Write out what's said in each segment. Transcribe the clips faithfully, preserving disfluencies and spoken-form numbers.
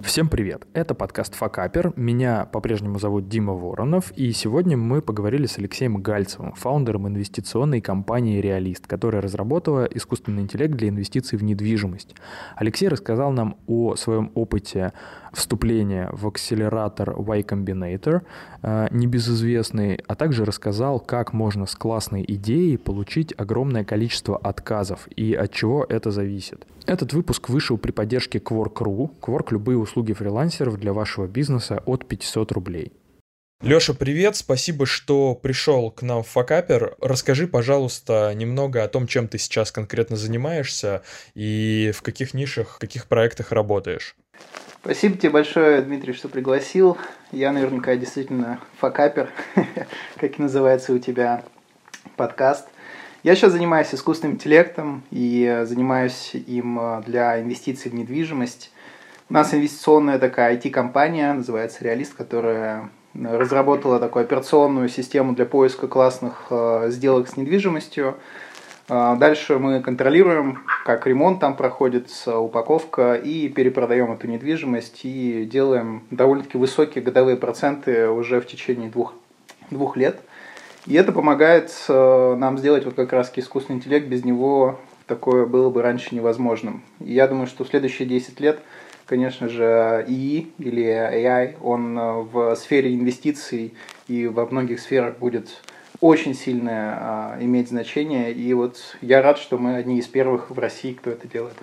Всем привет! Это подкаст «Факапер». Меня по-прежнему зовут Дима Воронов, и сегодня мы поговорили с Алексеем Гальцевым, фаундером инвестиционной компании «Реалист», которая разработала искусственный интеллект для инвестиций в недвижимость. Алексей рассказал нам о своем опыте вступления в акселератор Y Combinator, небезызвестный, а также рассказал, как можно с классной идеей получить огромное количество отказов и от чего это зависит. Этот выпуск вышел при поддержке Quark.ru. Quark — любые услуги фрилансеров для вашего бизнеса от пятьсот рублей. Леша, привет, спасибо, что пришел к нам в Факапер. Расскажи, пожалуйста, немного о том, чем ты сейчас конкретно занимаешься и в каких нишах, в каких проектах работаешь. Спасибо тебе большое, Дмитрий, что пригласил. Я наверняка действительно факапер, как и называется у тебя подкаст. Я сейчас занимаюсь искусственным интеллектом и занимаюсь им для инвестиций в недвижимость. У нас инвестиционная такая ай ти-компания, называется «Реалист», которая разработала такую операционную систему для поиска классных сделок с недвижимостью. Дальше мы контролируем, как ремонт там проходит, упаковка, и перепродаем эту недвижимость, и делаем довольно-таки высокие годовые проценты уже в течение двух, двух лет. И это помогает нам сделать вот как раз искусственный интеллект, без него такое было бы раньше невозможным. И я думаю, что в следующие десять лет, конечно же, ИИ или эй ай, он в сфере инвестиций и во многих сферах будет очень сильно а, иметь значение. И вот я рад, что мы одни из первых в России, кто это делает.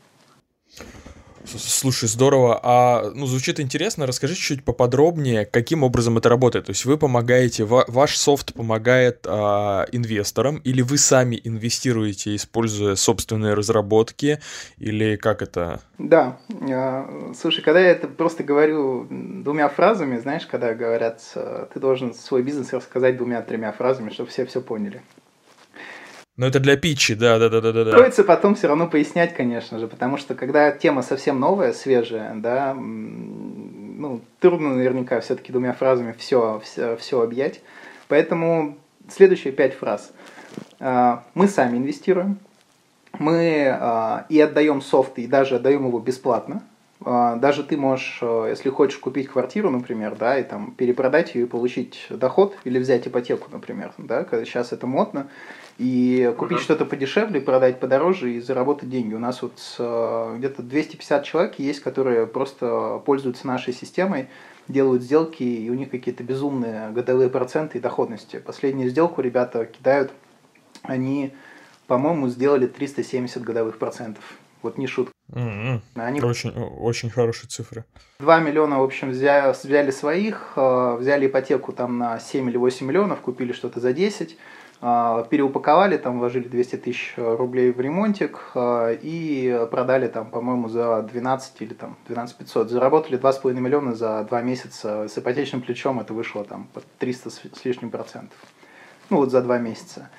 Слушай, здорово. А, ну, звучит интересно. Расскажи чуть-чуть поподробнее, каким образом это работает. То есть вы помогаете, ва- ваш софт помогает а, инвесторам, или вы сами инвестируете, используя собственные разработки, или как это? Да. Слушай, когда я это просто говорю двумя фразами, знаешь, когда говорят, ты должен свой бизнес рассказать двумя-тремя фразами, чтобы все все поняли. Ну, это для питчи, да-да-да-да-да. Приходится потом все равно пояснять, конечно же, потому что когда тема совсем новая, свежая, да, ну, трудно наверняка все-таки двумя фразами все, все, все объять. Поэтому следующие пять фраз. Мы сами инвестируем, мы и отдаем софт, и даже отдаем его бесплатно. Даже ты можешь, если хочешь купить квартиру, например, да, и там перепродать ее и получить доход, или взять ипотеку, например, да, когда сейчас это модно, и купить uh-huh. что-то подешевле, продать подороже и заработать деньги. У нас вот где-то двести пятьдесят человек есть, которые просто пользуются нашей системой, делают сделки, и у них какие-то безумные годовые проценты и доходности. Последнюю сделку ребята кидают, они, по-моему, сделали триста семьдесят годовых процентов. Вот не шутка. Mm-hmm. Они... Очень, очень хорошие цифры. два миллиона, в общем, взяли, взяли своих, взяли ипотеку там на семь или восемь миллионов, купили что-то за десять, переупаковали, там вложили двести тысяч рублей в ремонтик и продали там, по-моему, за двенадцать или там двенадцать тысяч пятьсот. Заработали два с половиной миллиона за два месяца. С ипотечным плечом это вышло там под триста с лишним процентов. Ну вот за два месяца.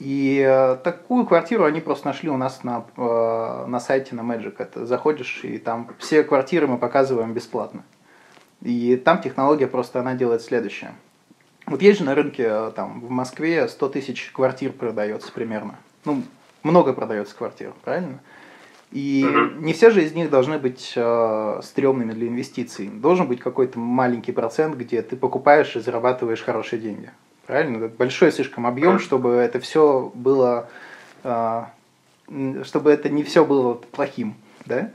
И такую квартиру они просто нашли у нас на, на сайте на Magic. Это заходишь, и там все квартиры мы показываем бесплатно. И там технология просто, она делает следующее. Вот есть же на рынке там, в Москве сто тысяч квартир продается примерно. Ну, много продается квартир, правильно? И не все же из них должны быть э, стрёмными для инвестиций. Должен быть какой-то маленький процент, где ты покупаешь и зарабатываешь хорошие деньги. Правильно? Это большой слишком объем, чтобы это все было, э, чтобы это не все было плохим, да?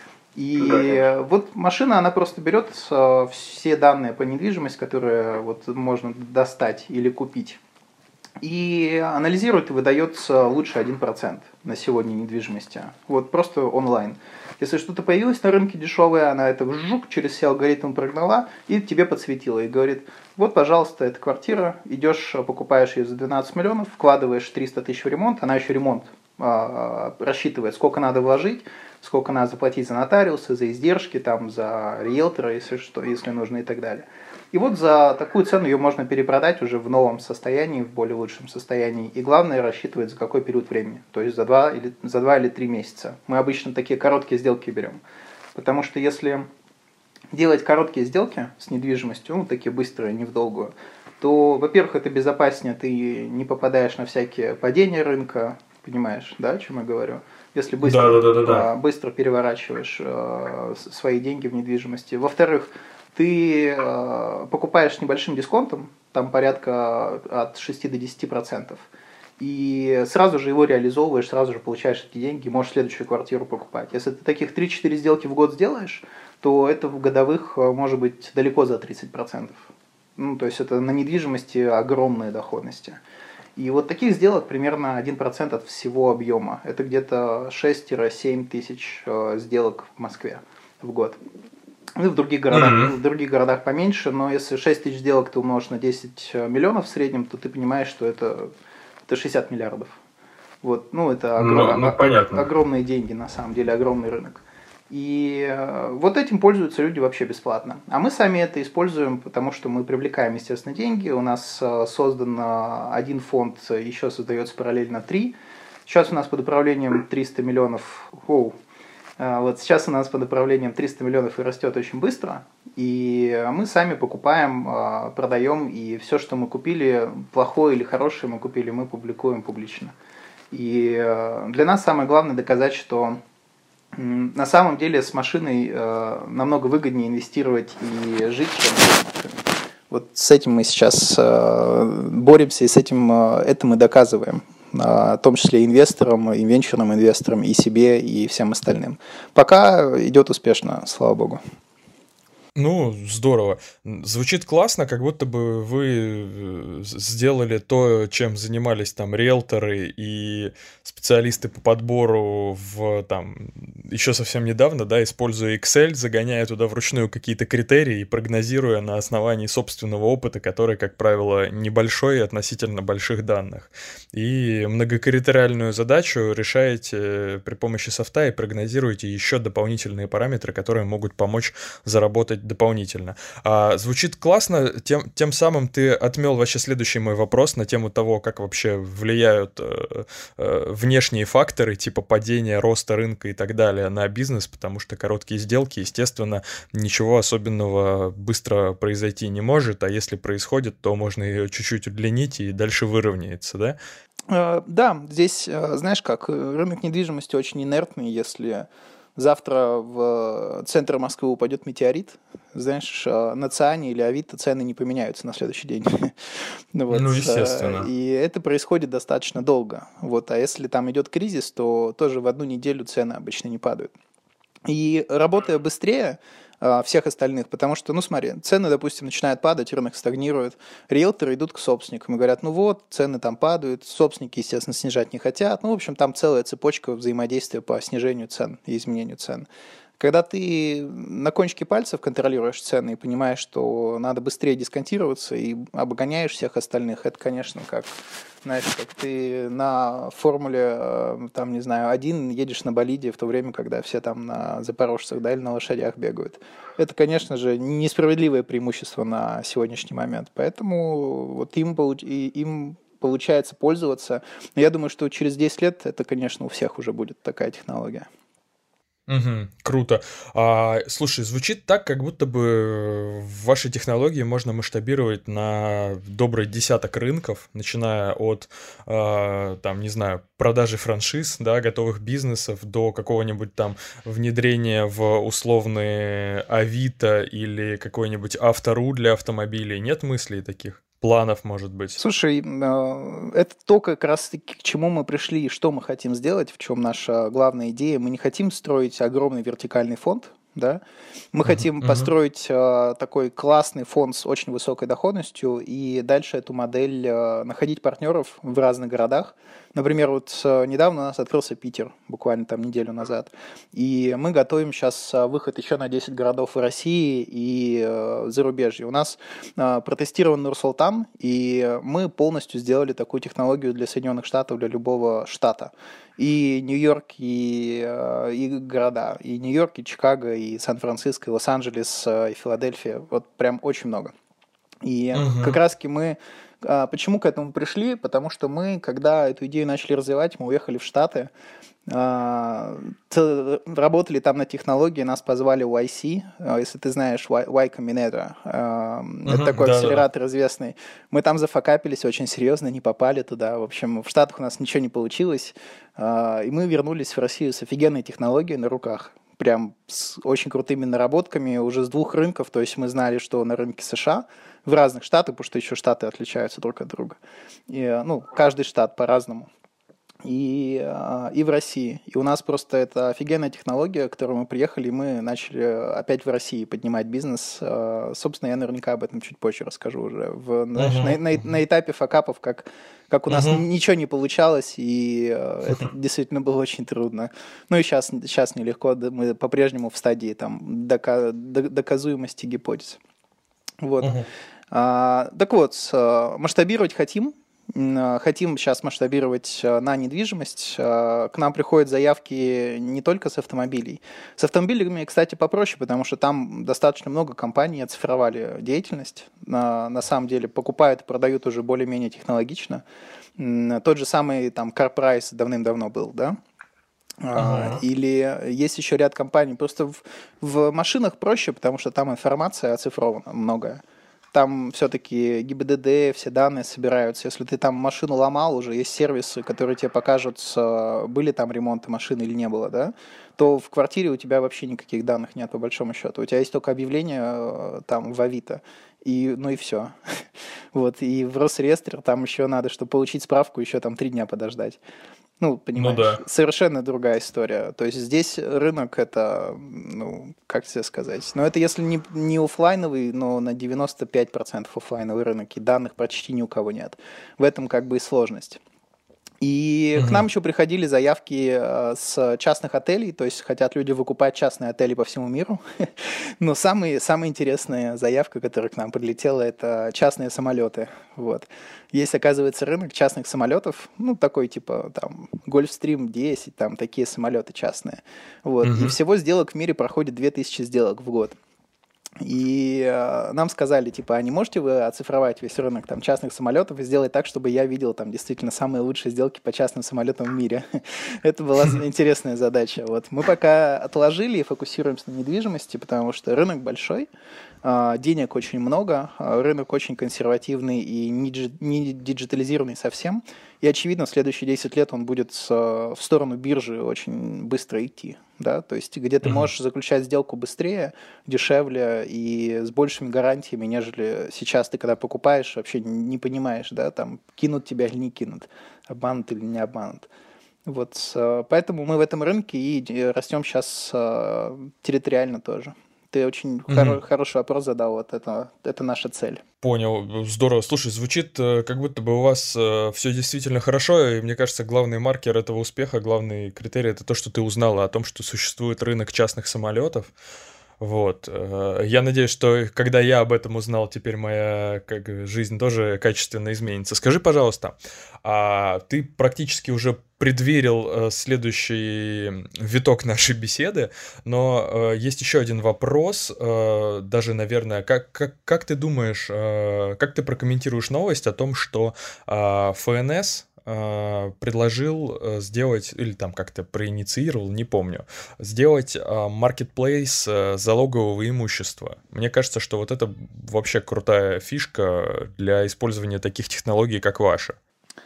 И да, вот машина, она просто берет э, все данные по недвижимости, которые вот можно достать или купить, и анализирует и выдает лучше один процент на сегодня недвижимости. Вот просто онлайн. Если что-то появилось на рынке дешевое, она это вжук через все алгоритмы прогнала и тебе подсветила. И говорит, вот, пожалуйста, эта квартира, идешь, покупаешь ее за двенадцать миллионов, вкладываешь триста тысяч в ремонт, она еще ремонт э, рассчитывает, сколько надо вложить, сколько надо заплатить за нотариусы, за издержки, там, за риэлтора, если, что, если нужно и так далее. И вот за такую цену ее можно перепродать уже в новом состоянии, в более лучшем состоянии. И главное, рассчитывать за какой период времени. То есть за два или, за два или три месяца. Мы обычно такие короткие сделки берем. Потому что если делать короткие сделки с недвижимостью, ну такие быстрые, не в долгую, то, во-первых, это безопаснее, ты не попадаешь на всякие падения рынка, понимаешь, да, о чем я говорю? если быстро, да, да, да, да. быстро переворачиваешь свои деньги в недвижимости. Во-вторых, ты покупаешь с небольшим дисконтом, там порядка от шести до десяти процентов, и сразу же его реализовываешь, сразу же получаешь эти деньги, можешь следующую квартиру покупать. Если ты таких три-четыре сделки в год сделаешь, то это в годовых может быть далеко за тридцать процентов. Ну, то есть это на недвижимости огромные доходности. И вот таких сделок примерно один процент от всего объема. Это где-то шесть-семь тысяч сделок в Москве в год. Ну, в других городах, mm-hmm. в других городах поменьше, но если шесть тысяч сделок ты умножишь на десять миллионов в среднем, то ты понимаешь, что это, это шестьдесят миллиардов. Вот, ну, это огром... ну, ну, огромные деньги, на самом деле, огромный рынок. И вот этим пользуются люди вообще бесплатно. А мы сами это используем, потому что мы привлекаем, естественно, деньги. У нас создан один фонд, еще создается параллельно три. Сейчас у нас под управлением триста миллионов. Оу. Вот сейчас у нас под управлением триста миллионов и растет очень быстро. И мы сами покупаем, продаем, и все, что мы купили, плохое или хорошее мы купили, мы публикуем публично. И для нас самое главное доказать, что на самом деле с машиной э, намного выгоднее инвестировать и жить, чем с машиной. Вот с этим мы сейчас э, боремся, и с этим э, это мы доказываем, э, в том числе инвесторам, и венчурным инвесторам, и себе, и всем остальным. Пока идет успешно, слава богу. Ну, здорово. Звучит классно, как будто бы вы сделали то, чем занимались там риэлторы и специалисты по подбору в там еще совсем недавно, да, используя Excel, загоняя туда вручную какие-то критерии и прогнозируя на основании собственного опыта, который, как правило, небольшой относительно больших данных. И многокритериальную задачу решаете при помощи софта и прогнозируете еще дополнительные параметры, которые могут помочь заработать дополнительно. А, звучит классно, тем, тем самым ты отмел вообще следующий мой вопрос на тему того, как вообще влияют э, э, внешние факторы, типа падения, роста рынка и так далее на бизнес, потому что короткие сделки, естественно, ничего особенного быстро произойти не может, а если происходит, то можно ее чуть-чуть удлинить и дальше выровняется, да? Да, здесь, знаешь как, рынок недвижимости очень инертный, если завтра в центр Москвы упадет метеорит, знаешь, на Циане или Авито цены не поменяются на следующий день. Вот. Ну, естественно. И это происходит достаточно долго. Вот. А если там идет кризис, то тоже в одну неделю цены обычно не падают. И работая быстрее всех остальных, потому что, ну смотри, цены, допустим, начинают падать, рынок стагнирует, риэлторы идут к собственникам и говорят, ну вот, цены там падают, собственники, естественно, снижать не хотят, ну, в общем, там целая цепочка взаимодействия по снижению цен и изменению цен. Когда ты на кончике пальцев контролируешь цены и понимаешь, что надо быстрее дисконтироваться и обгоняешь всех остальных, это, конечно, как, знаешь, как ты на формуле, там, не знаю, один едешь на болиде в то время, когда все там на запорожцах, да, или на лошадях бегают. Это, конечно же, несправедливое преимущество на сегодняшний момент. Поэтому вот им, им получается пользоваться. Но я думаю, что через десять лет это, конечно, у всех уже будет такая технология. Угу, круто. А, слушай, звучит так, как будто бы ваши технологии можно масштабировать на добрый десяток рынков, начиная от, а, там, не знаю, продажи франшиз, да, готовых бизнесов, до какого-нибудь там внедрения в условные Авито или какой-нибудь Автору для автомобилей. Нет мыслей таких? Планов, может быть. Слушай, это то, как раз-таки к чему мы пришли и что мы хотим сделать, в чем наша главная идея. Мы не хотим строить огромный вертикальный фонд, да? Мы uh-huh, хотим uh-huh. построить uh, такой классный фонд с очень высокой доходностью и дальше эту модель uh, находить партнеров в разных городах. Например, вот uh, недавно у нас открылся Питер, буквально там неделю назад, и мы готовим сейчас uh, выход еще на десять городов в России и uh, зарубежье. У нас uh, протестирован Нур-Султан, и мы полностью сделали такую технологию для Соединенных Штатов, для любого штата. И Нью-Йорк, и, и города, и Нью-Йорк, и Чикаго, и Сан-Франциско, и Лос-Анджелес, и Филадельфия, вот прям очень много. И uh-huh. как раз-таки мы Почему к этому пришли? Потому что мы, когда эту идею начали развивать, мы уехали в Штаты, работали там на технологии, нас позвали в уай си, если ты знаешь, Y Combinator, uh-huh, это такой да, акселератор да. известный. Мы там зафакапились очень серьезно, не попали туда. В общем, в Штатах у нас ничего не получилось, и мы вернулись в Россию с офигенной технологией на руках. Прям с очень крутыми наработками уже с двух рынков. То есть мы знали, что на рынке США, в разных штатах, потому что еще штаты отличаются друг от друга. И, ну, каждый штат по-разному. И, и в России. И у нас просто это офигенная технология, к которой мы приехали, и мы начали опять в России поднимать бизнес. Собственно, я наверняка об этом чуть позже расскажу уже. В, uh-huh. на, на, на этапе факапов, как, как у нас uh-huh. ничего не получалось, и это действительно было очень трудно. Ну и сейчас, сейчас нелегко, мы по-прежнему в стадии там, дока, доказуемости гипотез. Вот. Uh-huh. А, так вот, масштабировать хотим. Хотим сейчас масштабировать на недвижимость. К нам приходят заявки не только с автомобилей. С автомобилями, кстати, попроще, потому что там достаточно много компаний оцифровали деятельность. На, на самом деле покупают и продают уже более-менее технологично. Тот же самый там CarPrice давным-давно был, да? Ага. Или есть еще ряд компаний. Просто в, в машинах проще, потому что там информация оцифрована многое. Там все-таки ГИБДД, все данные собираются. Если ты там машину ломал, уже есть сервисы, которые тебе покажут, были там ремонты машины или не было, да, то в квартире у тебя вообще никаких данных нет, по большому счету. У тебя есть только объявление там в Авито, и, ну и все. Вот, и в Росреестр там еще надо, чтобы получить справку, еще там три дня подождать. Ну, понимаешь, ну, да. Совершенно другая история. То есть здесь рынок это, ну, как тебе сказать, но это если не, не офлайновый, но на девяносто пять процентов офлайновый рынок, и данных почти ни у кого нет. В этом как бы и сложность. И угу. к нам еще приходили заявки с частных отелей, то есть хотят люди выкупать частные отели по всему миру. Но самые, самая интересная заявка, которая к нам прилетела, это частные самолеты. Вот. Есть, оказывается, рынок частных самолетов, ну, такой типа там Gulfstream десять, там такие самолеты частные. Вот. Угу. И всего сделок в мире проходит две тысячи сделок в год. И э, нам сказали, типа, а не можете вы оцифровать весь рынок там, частных самолетов и сделать так, чтобы я видел там действительно самые лучшие сделки по частным самолетам в мире? Это была интересная задача. Вот. Мы пока отложили и фокусируемся на недвижимости, потому что рынок большой, э, денег очень много, э, рынок очень консервативный и не, не диджитализированный совсем. И, очевидно, в следующие десять лет он будет с, в сторону биржи очень быстро идти. Да? То есть, где ты можешь заключать сделку быстрее, дешевле и с большими гарантиями, нежели сейчас ты, когда покупаешь, вообще не понимаешь, да, там, кинут тебя или не кинут, обманут или не обманут. Вот, поэтому мы в этом рынке и растем сейчас территориально тоже. Ты очень mm-hmm. хоро- хороший вопрос задал, вот это, это наша цель. Понял, здорово. Слушай, звучит, как будто бы у вас все действительно хорошо, и мне кажется, главный маркер этого успеха, главный критерий — это то, что ты узнала о том, что существует рынок частных самолетов. Вот. Я надеюсь, что когда я об этом узнал, теперь моя как, жизнь тоже качественно изменится. Скажи, пожалуйста, а ты практически уже предверил следующий виток нашей беседы, но есть еще один вопрос, даже, наверное, как, как, как ты думаешь, как ты прокомментируешь новость о том, что эф эн эс предложил сделать, или там как-то проинициировал, не помню, сделать маркетплейс залогового имущества. Мне кажется, что вот это вообще крутая фишка для использования таких технологий, как ваша.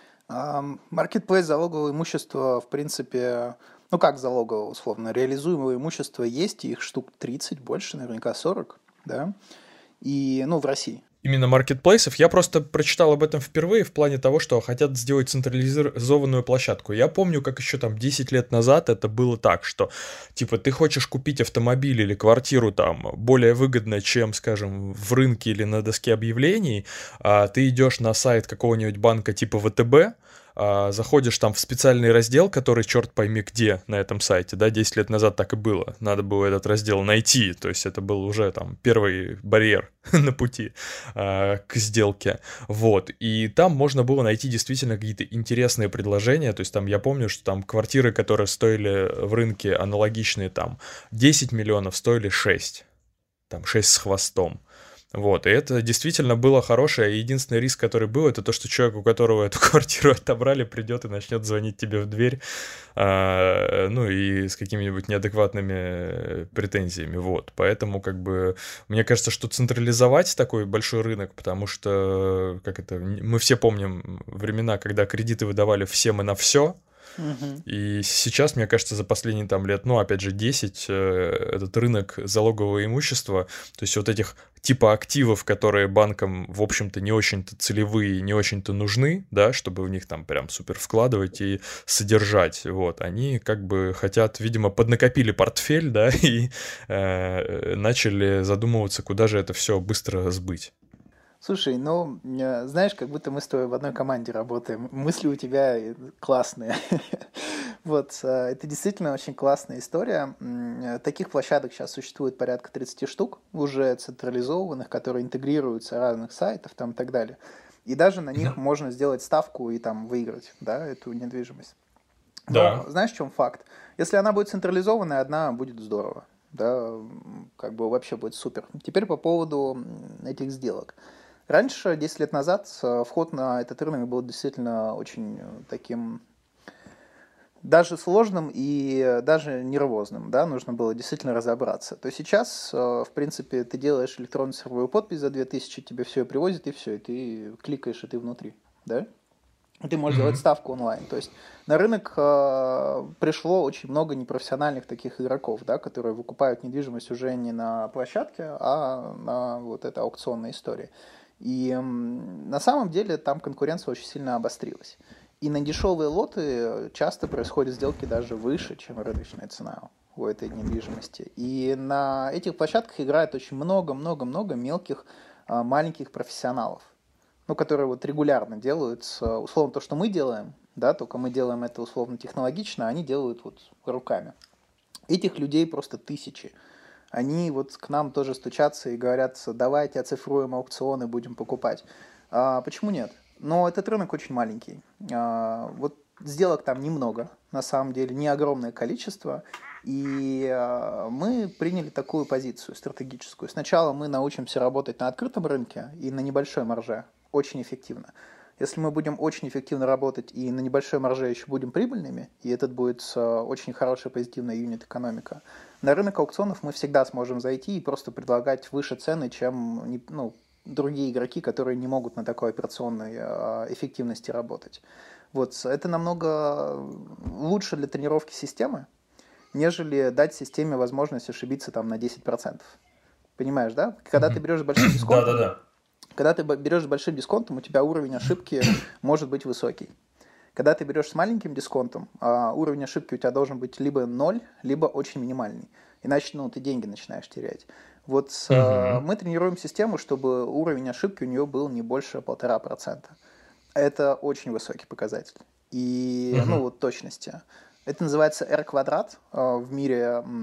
Маркетплейс залогового имущества, в принципе, ну как залогового, условно, реализуемого имущества есть, их штук тридцать, больше, наверняка сорок, да, и, ну, в России. Именно маркетплейсов. Я просто прочитал об этом впервые в плане того, что хотят сделать централизованную площадку. Я помню, как еще там десять лет назад это было так, что типа ты хочешь купить автомобиль или квартиру там более выгодно, чем, скажем, в рынке или на доске объявлений, а ты идешь на сайт какого-нибудь банка типа вэ тэ бэ, заходишь там в специальный раздел, который черт пойми где на этом сайте, да, десять лет назад так и было, надо было этот раздел найти, то есть это был уже там первый барьер на пути а, к сделке, вот, и там можно было найти действительно какие-то интересные предложения, то есть там я помню, что там квартиры, которые стоили в рынке аналогичные там десять миллионов, стоили шесть, там шесть с хвостом. Вот, и это действительно было хорошее. Единственный риск, который был, это то, что человек, у которого эту квартиру отобрали, придет и начнет звонить тебе в дверь, а, ну и с какими-нибудь неадекватными претензиями, вот. Поэтому, как бы, мне кажется, что централизовать такой большой рынок, потому что, как это, мы все помним времена, когда кредиты выдавали всем и на все. Мгм. И сейчас, мне кажется, за последние там лет, ну, опять же, десять, э, этот рынок залогового имущества, то есть вот этих типа активов, которые банкам, в общем-то, не очень-то целевые, не очень-то нужны, да, чтобы в них там прям супер вкладывать и содержать, вот, они как бы хотят, видимо, поднакопили портфель, да, и э, начали задумываться, куда же это все быстро сбыть. Слушай, ну, э, знаешь, как будто мы с тобой в одной команде работаем. Мысли у тебя э, классные. Вот, э, это действительно очень классная история. М, э, Таких площадок сейчас существует порядка тридцати штук, уже централизованных, которые интегрируются разных сайтов там и так далее. И даже на них Мгм. можно сделать ставку и там выиграть, да, эту недвижимость. Но Да. знаешь, в чем факт? Если она будет централизованная, одна будет здорово. Да, м, как бы вообще будет супер. Теперь по поводу м, этих сделок. Раньше, десять лет назад, э, вход на этот рынок был действительно очень э, таким даже сложным и э, даже нервозным, да, нужно было действительно разобраться. То сейчас, э, в принципе, ты делаешь электронную цифровую подпись за две тысячи, тебе все привозят, и все, и ты кликаешь, и ты внутри, да? И ты можешь делать Мгм. ставку онлайн. То есть на рынок э, пришло очень много непрофессиональных таких игроков, да, которые выкупают недвижимость уже не на площадке, а на вот этой аукционной истории. И м, на самом деле там конкуренция очень сильно обострилась. И на дешевые лоты часто происходят сделки даже выше, чем рыночная цена у этой недвижимости. И на этих площадках играет очень много-много-много мелких а, маленьких профессионалов, ну, которые вот регулярно делают, с, э, условно, то, что мы делаем, да, только мы делаем это условно технологично, а они делают вот руками. Этих людей просто тысячи. Они вот к нам тоже стучатся и говорят, давайте оцифруем аукционы, будем покупать. А, почему нет? Но этот рынок очень маленький. А, вот сделок там немного, на самом деле, не огромное количество. И а, мы приняли такую позицию стратегическую. Сначала мы научимся работать на открытом рынке и на небольшой марже очень эффективно. Если мы будем очень эффективно работать и на небольшой марже еще будем прибыльными, и этот будет а, очень хорошая позитивная юнит-экономика, на рынок аукционов мы всегда сможем зайти и просто предлагать выше цены, чем не- ну, другие игроки, которые не могут на такой операционной а, эффективности работать. Вот, это намного лучше для тренировки системы, нежели дать системе возможность ошибиться там на десять процентов. Понимаешь, да? Когда ты Мгм. берешь с большим дисконтом, Да-да-да. когда ты б- берешь с большим дисконтом, у тебя уровень ошибки может быть высокий. Когда ты берешь с маленьким дисконтом, а, уровень ошибки у тебя должен быть либо ноль, либо очень минимальный. Иначе ну, ты деньги начинаешь терять. Вот а, Мгм. мы тренируем систему, чтобы уровень ошибки у нее был не больше полтора процента. Это очень высокий показатель. И, ну, Мгм. вот точности. Это называется R квадрат а, в мире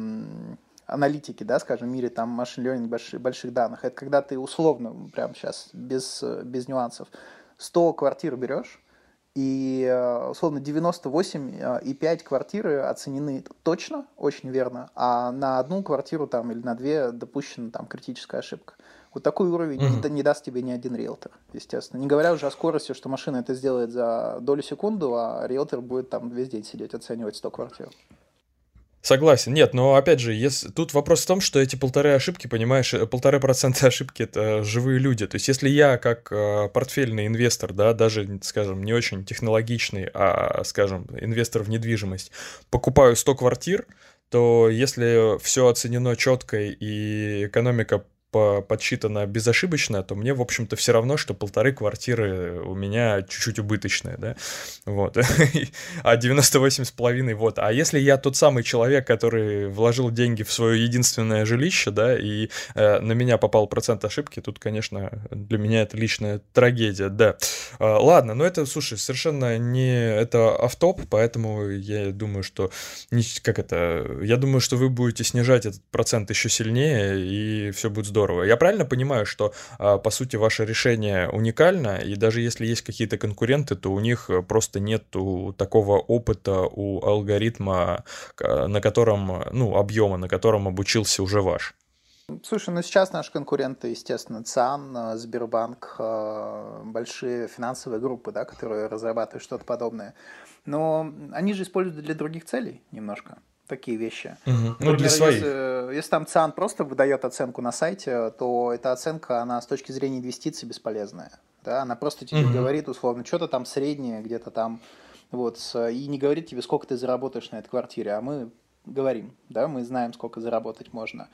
м, аналитики, да, скажем, в мире там машин learning больших, больших данных. Это когда ты условно, прямо сейчас, без, э, без нюансов, сто квартир берешь, и, э, условно, девяносто восемь и пять квартиры оценены точно, очень верно, а на одну квартиру там или на две допущена там критическая ошибка. Вот такой уровень не, Мгм. да- не даст тебе ни один риэлтор, естественно. Не говоря уже о скорости, что машина это сделает за долю секунду, а риэлтор будет там весь день сидеть, оценивать сто квартир. Согласен. Нет, но опять же, если... тут вопрос в том, что эти полторы ошибки, понимаешь, э, полтора процента ошибки это живые люди. То есть, если я как э, портфельный инвестор, да, даже, скажем, не очень технологичный, а, скажем, инвестор в недвижимость, покупаю сто квартир, то если все оценено четко и экономика по- подсчитана безошибочно, то мне, в общем-то, все равно, что полторы квартиры у меня чуть-чуть убыточные, да, вот, а девяносто восемь с половиной, вот, а если я тот самый человек, который вложил деньги в свое единственное жилище, да, и э, на меня попал процент ошибки, тут, конечно, для меня это личная трагедия, да. А, ладно, но это, слушай, совершенно не, это автоп, поэтому я думаю, что, не, как это, я думаю, что вы будете снижать этот процент еще сильнее, и все будет здорово. Я правильно понимаю, что, а, по сути, ваше решение уникально, и даже если есть какие-то конкуренты, то у них э, просто нету такого опыта у алгоритма, к- на котором, ну, объема, на котором обучился уже ваш. Слушай, ну сейчас наши конкуренты, естественно, ЦИАН, Сбербанк, большие финансовые группы, да, которые разрабатывают что-то подобное. Но они же используют для других целей немножко такие вещи. Угу. Например, Ну, для своих. Если, если там ЦИАН просто выдает оценку на сайте, то эта оценка, она с точки зрения инвестиций бесполезная. Да? Она просто тебе Угу. говорит, условно, что-то там среднее, где-то там, вот, и не говорит тебе, сколько ты заработаешь на этой квартире, а мы говорим, да, мы знаем, сколько заработать можно.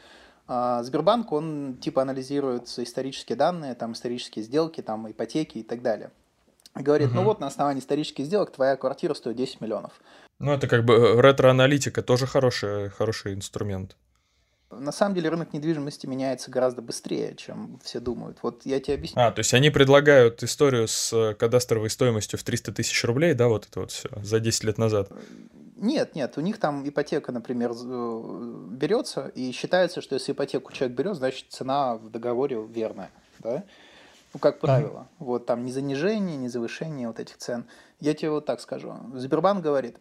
А Сбербанк, он типа анализирует исторические данные, там исторические сделки, там ипотеки и так далее. И говорит, ну Угу. вот на основании исторических сделок твоя квартира стоит десять миллионов. Ну, это как бы э, ретро-аналитика, тоже хороший, хороший инструмент. На самом деле рынок недвижимости меняется гораздо быстрее, чем все думают. Вот я тебе объясню. А, то есть они предлагают историю с э, кадастровой стоимостью в триста тысяч рублей, да, вот это вот все, за десять лет назад? Нет, нет, у них там ипотека, например, з- берется, и считается, что если ипотеку человек берет, значит цена в договоре верная, да? Ну, как Угу. правило. Вот там ни занижение, ни завышение вот этих цен. Я тебе вот так скажу. Сбербанк говорит,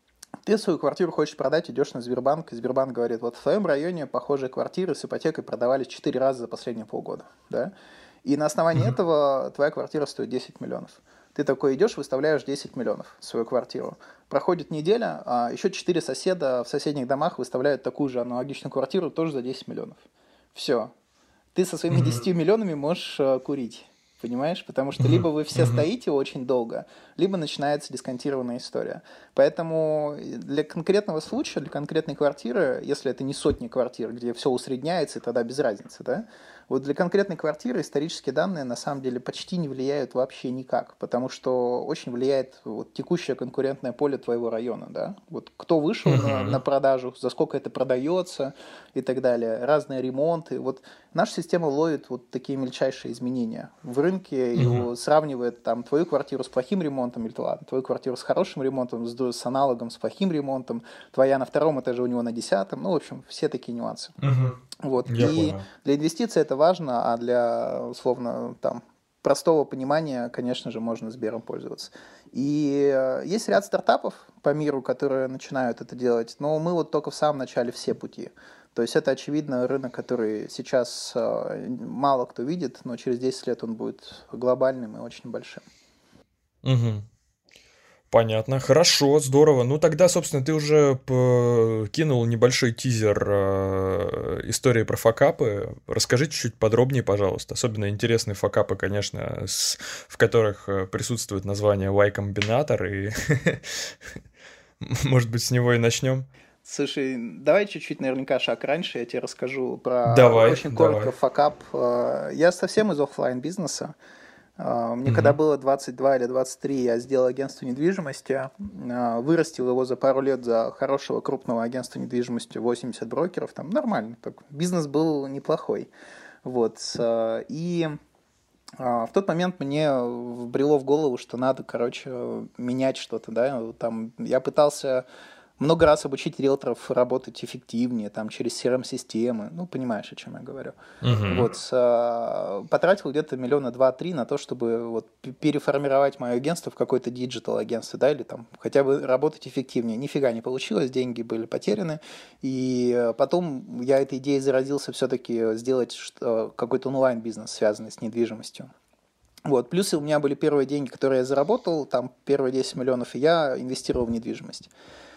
ты свою квартиру хочешь продать, идешь на Сбербанк, и Сбербанк говорит, вот в твоем районе похожие квартиры с ипотекой продавались четыре раза за последние полгода, да? И на основании Угу. этого твоя квартира стоит десять миллионов. Ты такой идешь, выставляешь десять миллионов в свою квартиру. Проходит неделя, а еще четыре соседа в соседних домах выставляют такую же аналогичную квартиру тоже за десять миллионов. Все. Ты со своими Угу. десятью миллионами можешь э, курить. Понимаешь? Потому что либо вы все Угу. стоите очень долго, либо начинается дисконтированная история. Поэтому для конкретного случая, для конкретной квартиры, если это не сотни квартир, где все усредняется, тогда без разницы, да? Вот для конкретной квартиры исторические данные на самом деле почти не влияют вообще никак, потому что очень влияет вот, текущее конкурентное поле твоего района, да? Вот кто вышел на, на Угу. продажу, за сколько это продается и так далее, разные ремонты. Вот наша система ловит вот такие мельчайшие изменения в рынке и Угу. сравнивает там твою квартиру с плохим ремонтом, или ладно, твою квартиру с хорошим ремонтом, с, с аналогом, с плохим ремонтом, твоя на втором этаже, у него на десятом, ну, в общем, все такие нюансы. Угу. Вот. Я И понял. для инвестиций это важно, а для, условно, там, простого понимания, конечно же, можно Сбером пользоваться. И э, есть ряд стартапов по миру, которые начинают это делать, но мы вот только в самом начале все пути. То есть это, очевидно, рынок, который сейчас э, мало кто видит, но через десять лет он будет глобальным и очень большим. Угу. Понятно, хорошо, здорово. Ну тогда, собственно, ты уже п- кинул небольшой тизер э, истории про факапы. Расскажи чуть-чуть подробнее, пожалуйста. Особенно интересные факапы, конечно, с- в которых э, присутствует название Y-комбинатор. И может быть, с него и начнем? Слушай, давай чуть-чуть наверняка шаг раньше, я тебе расскажу про Давай, очень коротко давай. факап. Э, Я совсем из оффлайн бизнеса. Э, Мне когда Угу. было двадцать два или двадцать три, я сделал агентство недвижимости, э, вырастил его за пару лет за хорошего крупного агентства недвижимости, восемьдесят брокеров, там нормально, так, бизнес был неплохой. Вот. э, И а, в тот момент мне вбрело в голову, что надо, короче, менять что-то, да, там я пытался много раз обучить риэлторов работать эффективнее, там, через си эр эм-системы, ну, понимаешь, о чем я говорю. Угу. Вот, а, потратил где-то миллиона два-три на то, чтобы вот п- переформировать мое агентство в какое-то диджитал-агентство, да, или там хотя бы работать эффективнее. Нифига не получилось, деньги были потеряны, и э, потом я этой идеей заразился все-таки сделать что- какой-то онлайн-бизнес, связанный с недвижимостью. Вот. Плюсы у меня были первые деньги, которые я заработал, там первые десять миллионов, и я инвестировал в недвижимость.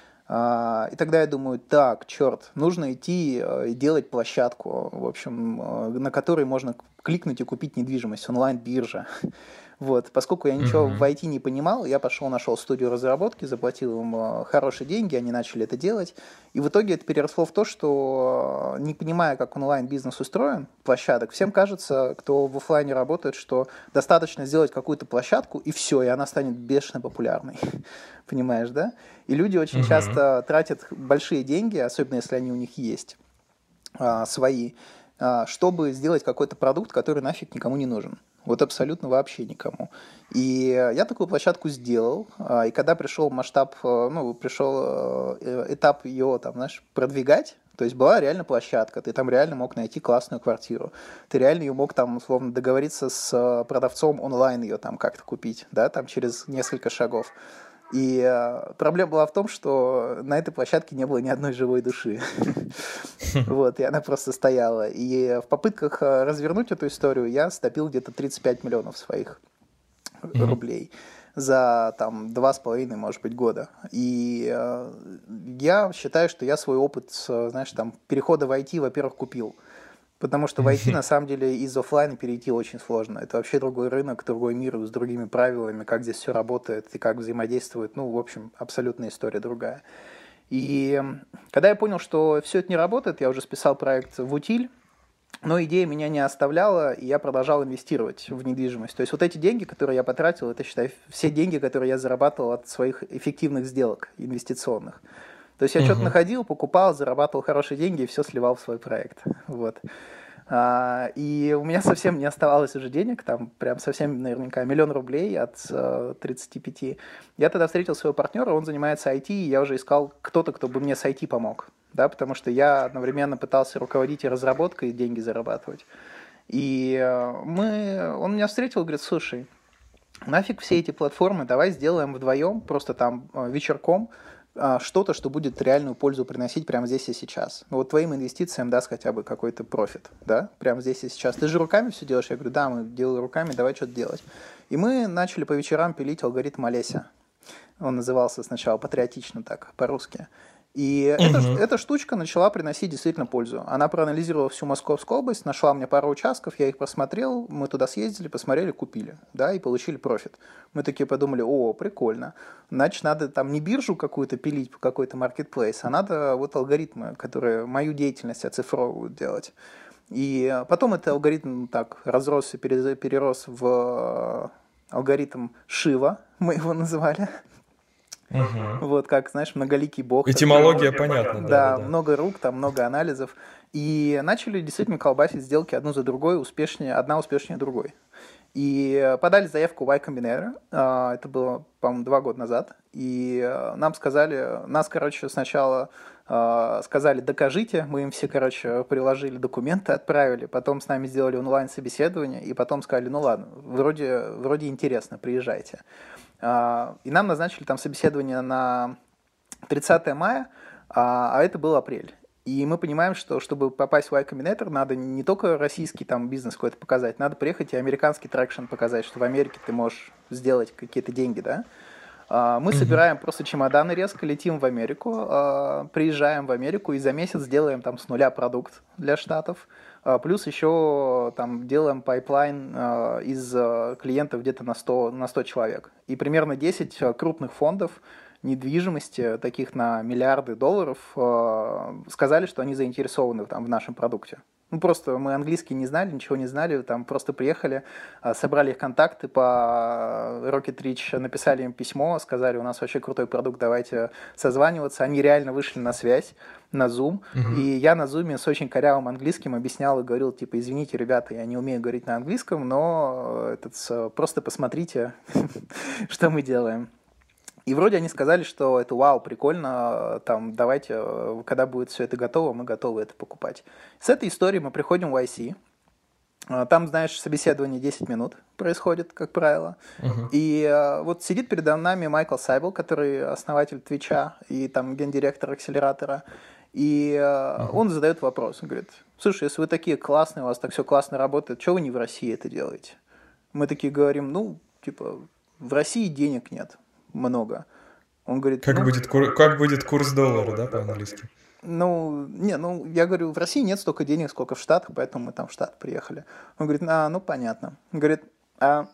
А, И тогда я думаю, так, черт, нужно идти э, и делать площадку, в общем, э, на которой можно кликнуть и купить недвижимость, онлайн-биржа. Вот. Поскольку я ничего в Угу. ай ти не понимал, я пошел, нашел студию разработки, заплатил им э, хорошие деньги, они начали это делать. И в итоге это переросло в то, что, э, не понимая, как онлайн-бизнес устроен, площадок, всем кажется, кто в офлайне работает, что достаточно сделать какую-то площадку, и все, и она станет бешено популярной. Понимаешь, да? И люди очень Угу. часто тратят большие деньги, особенно если они у них есть, а, свои, а, чтобы сделать какой-то продукт, который нафиг никому не нужен. Вот абсолютно вообще никому. И я такую площадку сделал, а, и когда пришел масштаб, э, ну, пришел э, этап ее, там, знаешь, продвигать, то есть была реально площадка, ты там реально мог найти классную квартиру, ты реально ее мог там, условно, договориться с э, продавцом онлайн ее там как-то купить, да, там через несколько шагов. И э, проблема была в том, что на этой площадке не было ни одной живой души. Вот, и она просто стояла. И в попытках э, развернуть эту историю я стопил где-то тридцать пять миллионов своих Мгм. рублей за там два с половиной, может быть, года. И э, я считаю, что я свой опыт, э, знаешь, там, перехода в ай ти, во-первых, купил. Потому что в ай ти, на самом деле, из оффлайна перейти очень сложно. Это вообще другой рынок, другой мир с другими правилами, как здесь все работает и как взаимодействует. Ну, в общем, абсолютная история другая. И м, когда я понял, что все это не работает, я уже списал проект в утиль, но идея меня не оставляла, и я продолжал инвестировать в недвижимость. То есть вот эти деньги, которые я потратил, это, считай, все деньги, которые я зарабатывал от своих эффективных сделок инвестиционных. То есть я что-то Мгм. находил, покупал, зарабатывал хорошие деньги и все сливал в свой проект. Вот. А, и у меня совсем не оставалось уже денег, там прям совсем наверняка миллион рублей от э, тридцати пяти. Я тогда встретил своего партнера, он занимается ай ти, и я уже искал кто-то, кто бы мне с ай ти помог, да, потому что я одновременно пытался руководить и разработкой, и деньги зарабатывать. И э, мы, он меня встретил, говорит, слушай, нафиг все эти платформы, давай сделаем вдвоем, просто там э, вечерком, а, что-то, что будет реальную пользу приносить прямо здесь и сейчас. Ну, вот твоим инвестициям даст хотя бы какой-то профит, да, прямо здесь и сейчас. Ты же руками все делаешь? Я говорю, да, мы делаем руками, давай что-то делать. И мы начали по вечерам пилить алгоритм Олеся. Он назывался сначала патриотично так, по-русски. И эта, Мгм. эта штучка начала приносить действительно пользу. Она проанализировала всю Московскую область, нашла мне пару участков, я их просмотрел, мы туда съездили, посмотрели, купили, да, и получили профит. Мы такие подумали, о, прикольно, значит, надо там не биржу какую-то пилить, какой-то маркетплейс, а надо вот алгоритмы, которые мою деятельность оцифровывают делать. И потом этот алгоритм так разросся, перез- перерос в алгоритм Шива, мы его называли. Мгм. Вот как, знаешь, многоликий бог. такой. Этимология понятна, да, Да, да, да. много рук, там много анализов. И начали действительно колбасить сделки одну за другой, успешнее, одна успешнее другой. И э, подали заявку в Y Combinator, а, это было, по-моему, два года назад, и э, нам сказали, нас, короче, сначала э, сказали, докажите, мы им все, короче, приложили документы, отправили, потом с нами сделали онлайн-собеседование, и потом сказали, ну ладно, вроде, вроде интересно, приезжайте. А, И нам назначили там собеседование на тридцатое мая, а а это был апрель. И мы понимаем, что чтобы попасть в Y Combinator, надо не только российский там бизнес какой-то показать, надо приехать и американский трекшн показать, что в Америке ты можешь сделать какие-то деньги, да. А, Мы Мгм. собираем просто чемоданы резко, летим в Америку, а, приезжаем в Америку и за месяц делаем там с нуля продукт для Штатов. А, Плюс еще там делаем пайплайн а, из а, клиентов где-то на сто, на сто человек. И примерно десять а, крупных фондов недвижимости, таких на миллиарды долларов, а, сказали, что они заинтересованы там, в нашем продукте. Ну, просто мы английский не знали, ничего не знали, там просто приехали, а, собрали их контакты по Rocket Reach, написали им письмо, сказали, у нас вообще крутой продукт, давайте созваниваться. Они реально вышли на связь, на Zoom, Мгм. и я на Zoom с очень корявым английским объяснял и говорил, типа, извините, ребята, я не умею говорить на английском, но этот, с- просто посмотрите, что мы делаем. И вроде они сказали, что это вау, прикольно, там, давайте, э, когда будет все это готово, мы готовы это покупать. С этой историей мы приходим в ай си. А, Там, знаешь, собеседование десять минут происходит, как правило. Мгм. И э, вот сидит передо нами Майкл Сайбл, который основатель Твича и там гендиректор акселератора. И э, Мгм. он задает вопрос, он говорит, слушай, если вы такие классные, у вас так все классно работает, что вы не в России это делаете? Мы такие говорим, ну, типа, в России денег нет много. Он говорит, Как ну, будет, кур- как будет курс доллара, да, по-английски? ну, не, ну, я говорю, в России нет столько денег, сколько в Штатах, поэтому мы там в Штат приехали. Он говорит, а, ну, понятно. Он говорит, а,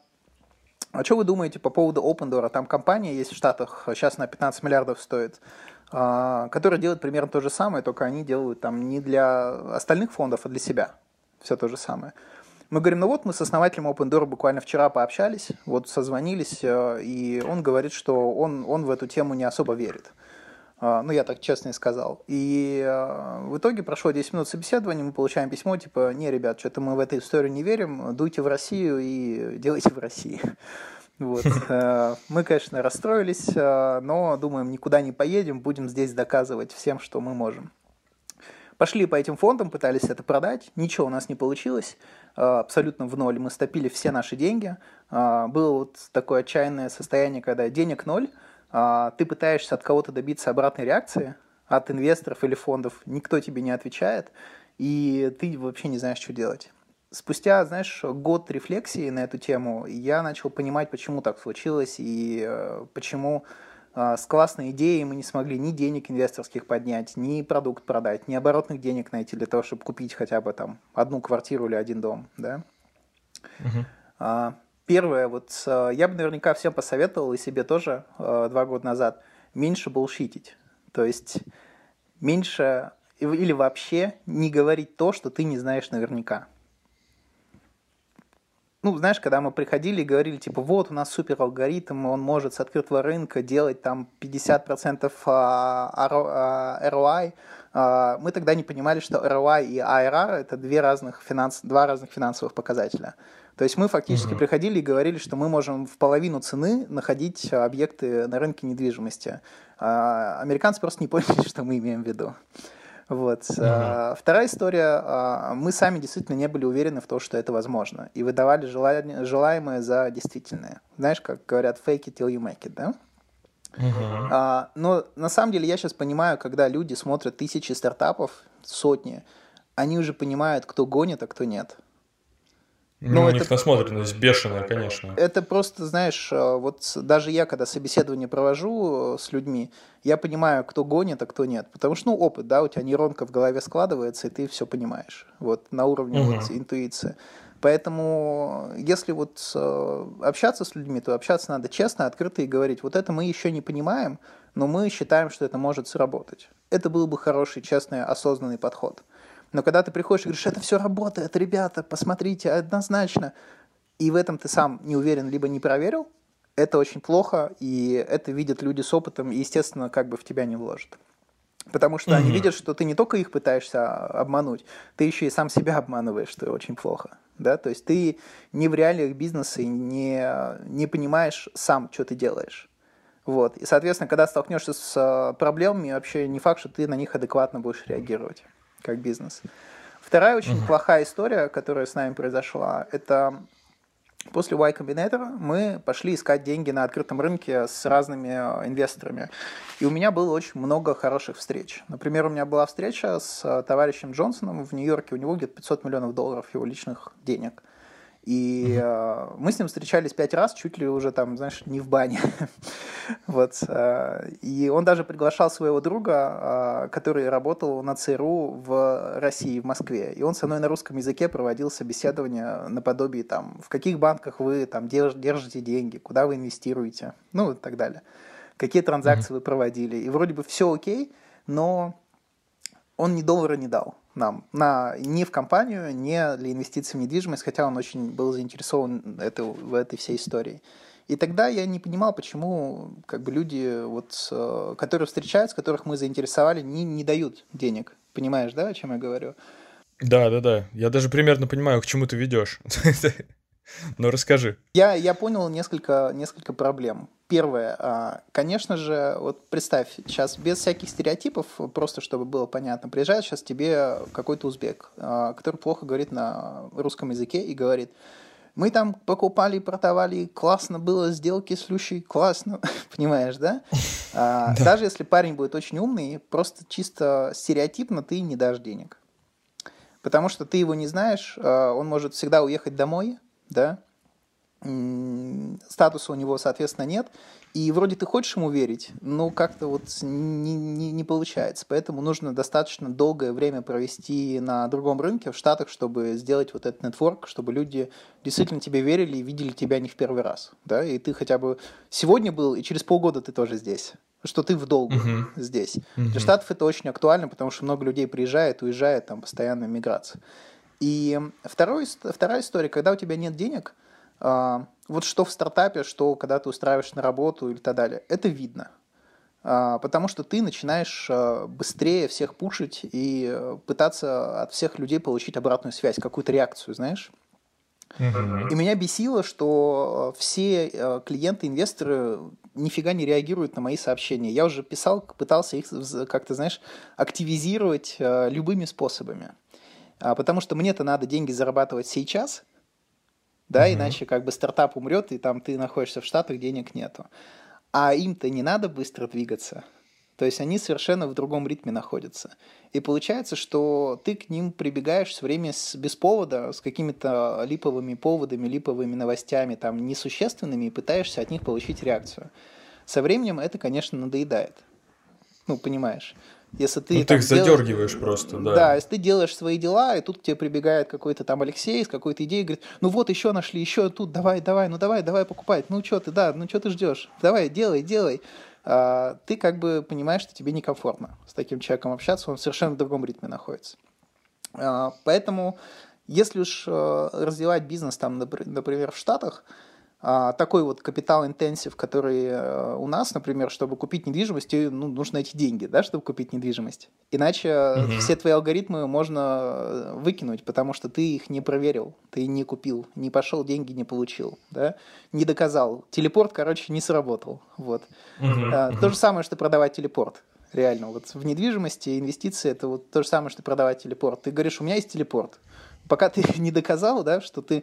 а что вы думаете по поводу OpenDoor? Там компания есть в Штатах, сейчас на пятнадцать миллиардов стоит, а, которая делает примерно то же самое, только они делают там не для остальных фондов, а для себя. Все то же самое. Мы говорим, ну вот мы с основателем OpenDoor буквально вчера пообщались, вот созвонились, э, и он говорит, что он, он в эту тему не особо верит. А, Ну, я так честно и сказал. И э, в итоге прошло десять минут собеседования, мы получаем письмо, типа, не, ребят, что-то мы в эту историю не верим, дуйте в Россию и делайте в России. Вот. Э, Мы, конечно, расстроились, э, но думаем, никуда не поедем, будем здесь доказывать всем, что мы можем. Пошли по этим фондам, пытались это продать, ничего у нас не получилось, э, абсолютно в ноль. Мы стопили все наши деньги. Э, Было вот такое отчаянное состояние, когда денег ноль, а ты пытаешься от кого-то добиться обратной реакции, от инвесторов или фондов, никто тебе не отвечает, и ты вообще не знаешь, что делать. Спустя, знаешь, год рефлексии на эту тему я начал понимать, почему так случилось и э, почему э, с классной идеей мы не смогли ни денег инвесторских поднять, ни продукт продать, ни оборотных денег найти для того, чтобы купить хотя бы там одну квартиру или один дом, да. Угу. А, первое, вот э, я бы наверняка всем посоветовал, и себе тоже э, два года назад, меньше булшитить. То есть меньше или вообще не говорить то, что ты не знаешь наверняка. Ну, знаешь, когда мы приходили и говорили, типа, вот, у нас супер алгоритм, он может с открытого рынка делать там пятьдесят процентов эр о ай, мы тогда не понимали, что эр о ай и эй ар ар – это две разных финанс... два разных финансовых показателя. То есть мы фактически mm-hmm. приходили и говорили, что мы можем в половину цены находить объекты на рынке недвижимости. Американцы просто не поняли, что мы имеем в виду. Вот. Mm-hmm. Вторая история. Мы сами действительно не были уверены в том, что это возможно. И выдавали жела... желаемое за действительное. Знаешь, как говорят, fake it till you make it, да? Mm-hmm. Но на самом деле я сейчас понимаю, когда люди смотрят тысячи стартапов, сотни, они уже понимают, кто гонит, а кто нет. Ну, у это, них насмотренность бешеная, конечно. Это просто, знаешь, вот даже я, когда собеседование провожу с людьми, я понимаю, кто гонит, а кто нет. Потому что, ну, опыт, да, у тебя нейронка в голове складывается, и ты все понимаешь. Вот, на уровне угу. вот, интуиции. Поэтому, если вот общаться с людьми, то общаться надо честно, открыто и говорить, вот это мы еще не понимаем, но мы считаем, что это может сработать. Это был бы хороший, честный, осознанный подход. Но когда ты приходишь и говоришь, это все работает, ребята, посмотрите, однозначно, и в этом ты сам не уверен, либо не проверил, это очень плохо, и это видят люди с опытом, и, естественно, как бы в тебя не вложат. Потому что mm-hmm. они видят, что ты не только их пытаешься обмануть, ты еще и сам себя обманываешь, что очень плохо. Да? То есть ты не в реалиях бизнеса не, не понимаешь сам, что ты делаешь. Вот. И, соответственно, когда столкнешься с проблемами, вообще не факт, что ты на них адекватно будешь реагировать как бизнес. Вторая очень uh-huh. плохая история, которая с нами произошла, это после Y Combinator мы пошли искать деньги на открытом рынке с разными инвесторами. И у меня было очень много хороших встреч. Например, у меня была встреча с товарищем Джонсоном в Нью-Йорке, у него где-то пятьсот миллионов долларов его личных денег. И mm-hmm. мы с ним встречались пять раз, чуть ли уже там, знаешь, не в бане. Вот. И он даже приглашал своего друга, который работал на ЦРУ в России, в Москве. И он со мной на русском языке проводил собеседование наподобие там, в каких банках вы там держите деньги, куда вы инвестируете, ну и так далее. Какие транзакции mm-hmm. вы проводили. И вроде бы все окей, но он ни доллара не дал нам, на, ни в компанию, ни для инвестиций в недвижимость, хотя он очень был заинтересован это, в этой всей истории. И тогда я не понимал, почему как бы, люди, вот, которые встречаются, которых мы заинтересовали, не, не дают денег. Понимаешь, да, о чем я говорю? Да, да, да. Я даже примерно понимаю, к чему ты ведешь. Но расскажи. Я, я понял несколько, несколько проблем. Первое, конечно же, вот представь, сейчас без всяких стереотипов, просто чтобы было понятно, приезжает сейчас тебе какой-то узбек, который плохо говорит на русском языке и говорит, мы там покупали, продавали, классно было, сделки слющие, классно, понимаешь, да? да? Даже если парень будет очень умный, просто чисто стереотипно ты не дашь денег. Потому что ты его не знаешь, он может всегда уехать домой, да, статуса у него, соответственно, нет, и вроде ты хочешь ему верить, но как-то вот не, не, не получается, поэтому нужно достаточно долгое время провести на другом рынке, в Штатах, чтобы сделать вот этот нетворк, чтобы люди действительно тебе верили и видели тебя не в первый раз, да, и ты хотя бы сегодня был, и через полгода ты тоже здесь, что ты в долгу uh-huh. здесь. Uh-huh. Для Штатов это очень актуально, потому что много людей приезжает, уезжает, там постоянная миграция. И второй, вторая история, когда у тебя нет денег, Uh, вот что в стартапе, что когда ты устраиваешься на работу и так далее, это видно. Uh, потому что ты начинаешь uh, быстрее всех пушить и uh, пытаться от всех людей получить обратную связь, какую-то реакцию, знаешь. Mm-hmm. И меня бесило, что uh, все uh, клиенты, инвесторы нифига не реагируют на мои сообщения. Я уже писал, пытался их как-то, знаешь, активизировать uh, любыми способами. Uh, потому что мне-то надо деньги зарабатывать сейчас, да, uh-huh. иначе как бы стартап умрет, и там ты находишься в Штатах, денег нету. А им-то не надо быстро двигаться, То есть они совершенно в другом ритме находятся. И получается, что ты к ним прибегаешь все время с, без повода, с какими-то липовыми поводами, липовыми новостями, там, несущественными, и пытаешься от них получить реакцию. Со временем это, конечно, надоедает. Ну, понимаешь. Если ты, ну, там, ты их делаешь... задергиваешь просто, да. Да, если ты делаешь свои дела, и тут к тебе прибегает какой-то там Алексей с какой-то идеей, говорит, ну вот еще нашли, еще тут, давай, давай, ну давай, давай покупай, ну что ты, да, ну что ты ждешь, давай, делай, делай. А, ты как бы понимаешь, что тебе некомфортно с таким человеком общаться, он совершенно в другом ритме находится. А, поэтому, если уж развивать бизнес, там, например, в Штатах, такой вот капитал-интенсив, который у нас, например, чтобы купить недвижимость, ну, нужно эти деньги, да, чтобы купить недвижимость. Иначе mm-hmm. все твои алгоритмы можно выкинуть, потому что ты их не проверил, ты не купил, не пошел, деньги не получил, да, не доказал. Телепорт, короче, не сработал. Вот. Mm-hmm. А, то же самое, что продавать телепорт. Реально, вот в недвижимости инвестиции это вот то же самое, что продавать телепорт. Ты говоришь, у меня есть телепорт. Пока ты не доказал, да, что ты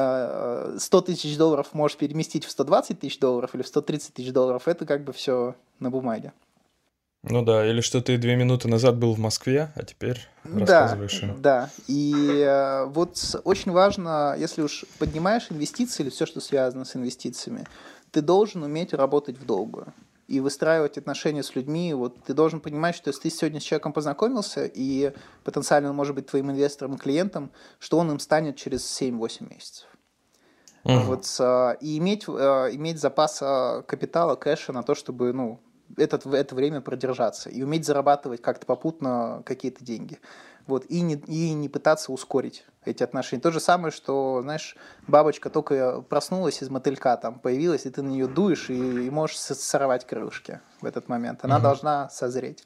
э, сто тысяч долларов можешь переместить в сто двадцать тысяч долларов или в сто тридцать тысяч долларов, это как бы все на бумаге. Ну да, или что ты две минуты назад был в Москве, а теперь рассказываешь им. Да, да. И э, вот очень важно, если уж поднимаешь инвестиции или все, что связано с инвестициями, ты должен уметь работать в долгую и выстраивать отношения с людьми. Вот ты должен понимать, что если ты сегодня с человеком познакомился, и потенциально он может быть твоим инвестором и клиентом, что он им станет через семь-восемь месяцев. Uh-huh. Вот, и иметь, иметь запас капитала, кэша на то, чтобы ну, этот, это время продержаться, и уметь зарабатывать как-то попутно какие-то деньги. Вот, и, не, и не пытаться ускорить эти отношения. То же самое, что, знаешь, бабочка только проснулась из мотылька, там появилась, и ты на нее дуешь, и, и можешь сорвать крылышки в этот момент. Она mm-hmm. должна созреть.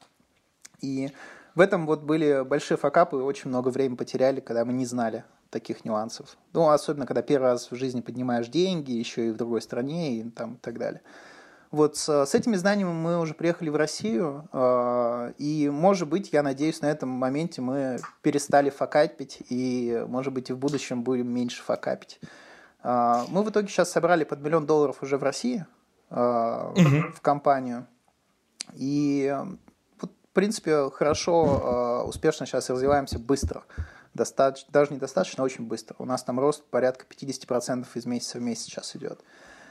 И в этом вот были большие факапы, очень много времени потеряли, когда мы не знали таких нюансов. Ну, особенно, когда первый раз в жизни поднимаешь деньги, еще и в другой стране, и там, и так далее. Вот с, с этими знаниями мы уже приехали в Россию, э, и, может быть, я надеюсь, на этом моменте мы перестали факапить, и, может быть, и в будущем будем меньше факапить. Э, мы в итоге сейчас собрали под миллион долларов уже в России, э, mm-hmm. в, в компанию, и, вот, в принципе, хорошо, э, успешно сейчас развиваемся быстро, достаточно, даже недостаточно, а очень быстро. У нас там рост порядка пятьдесят процентов из месяца в месяц сейчас идет.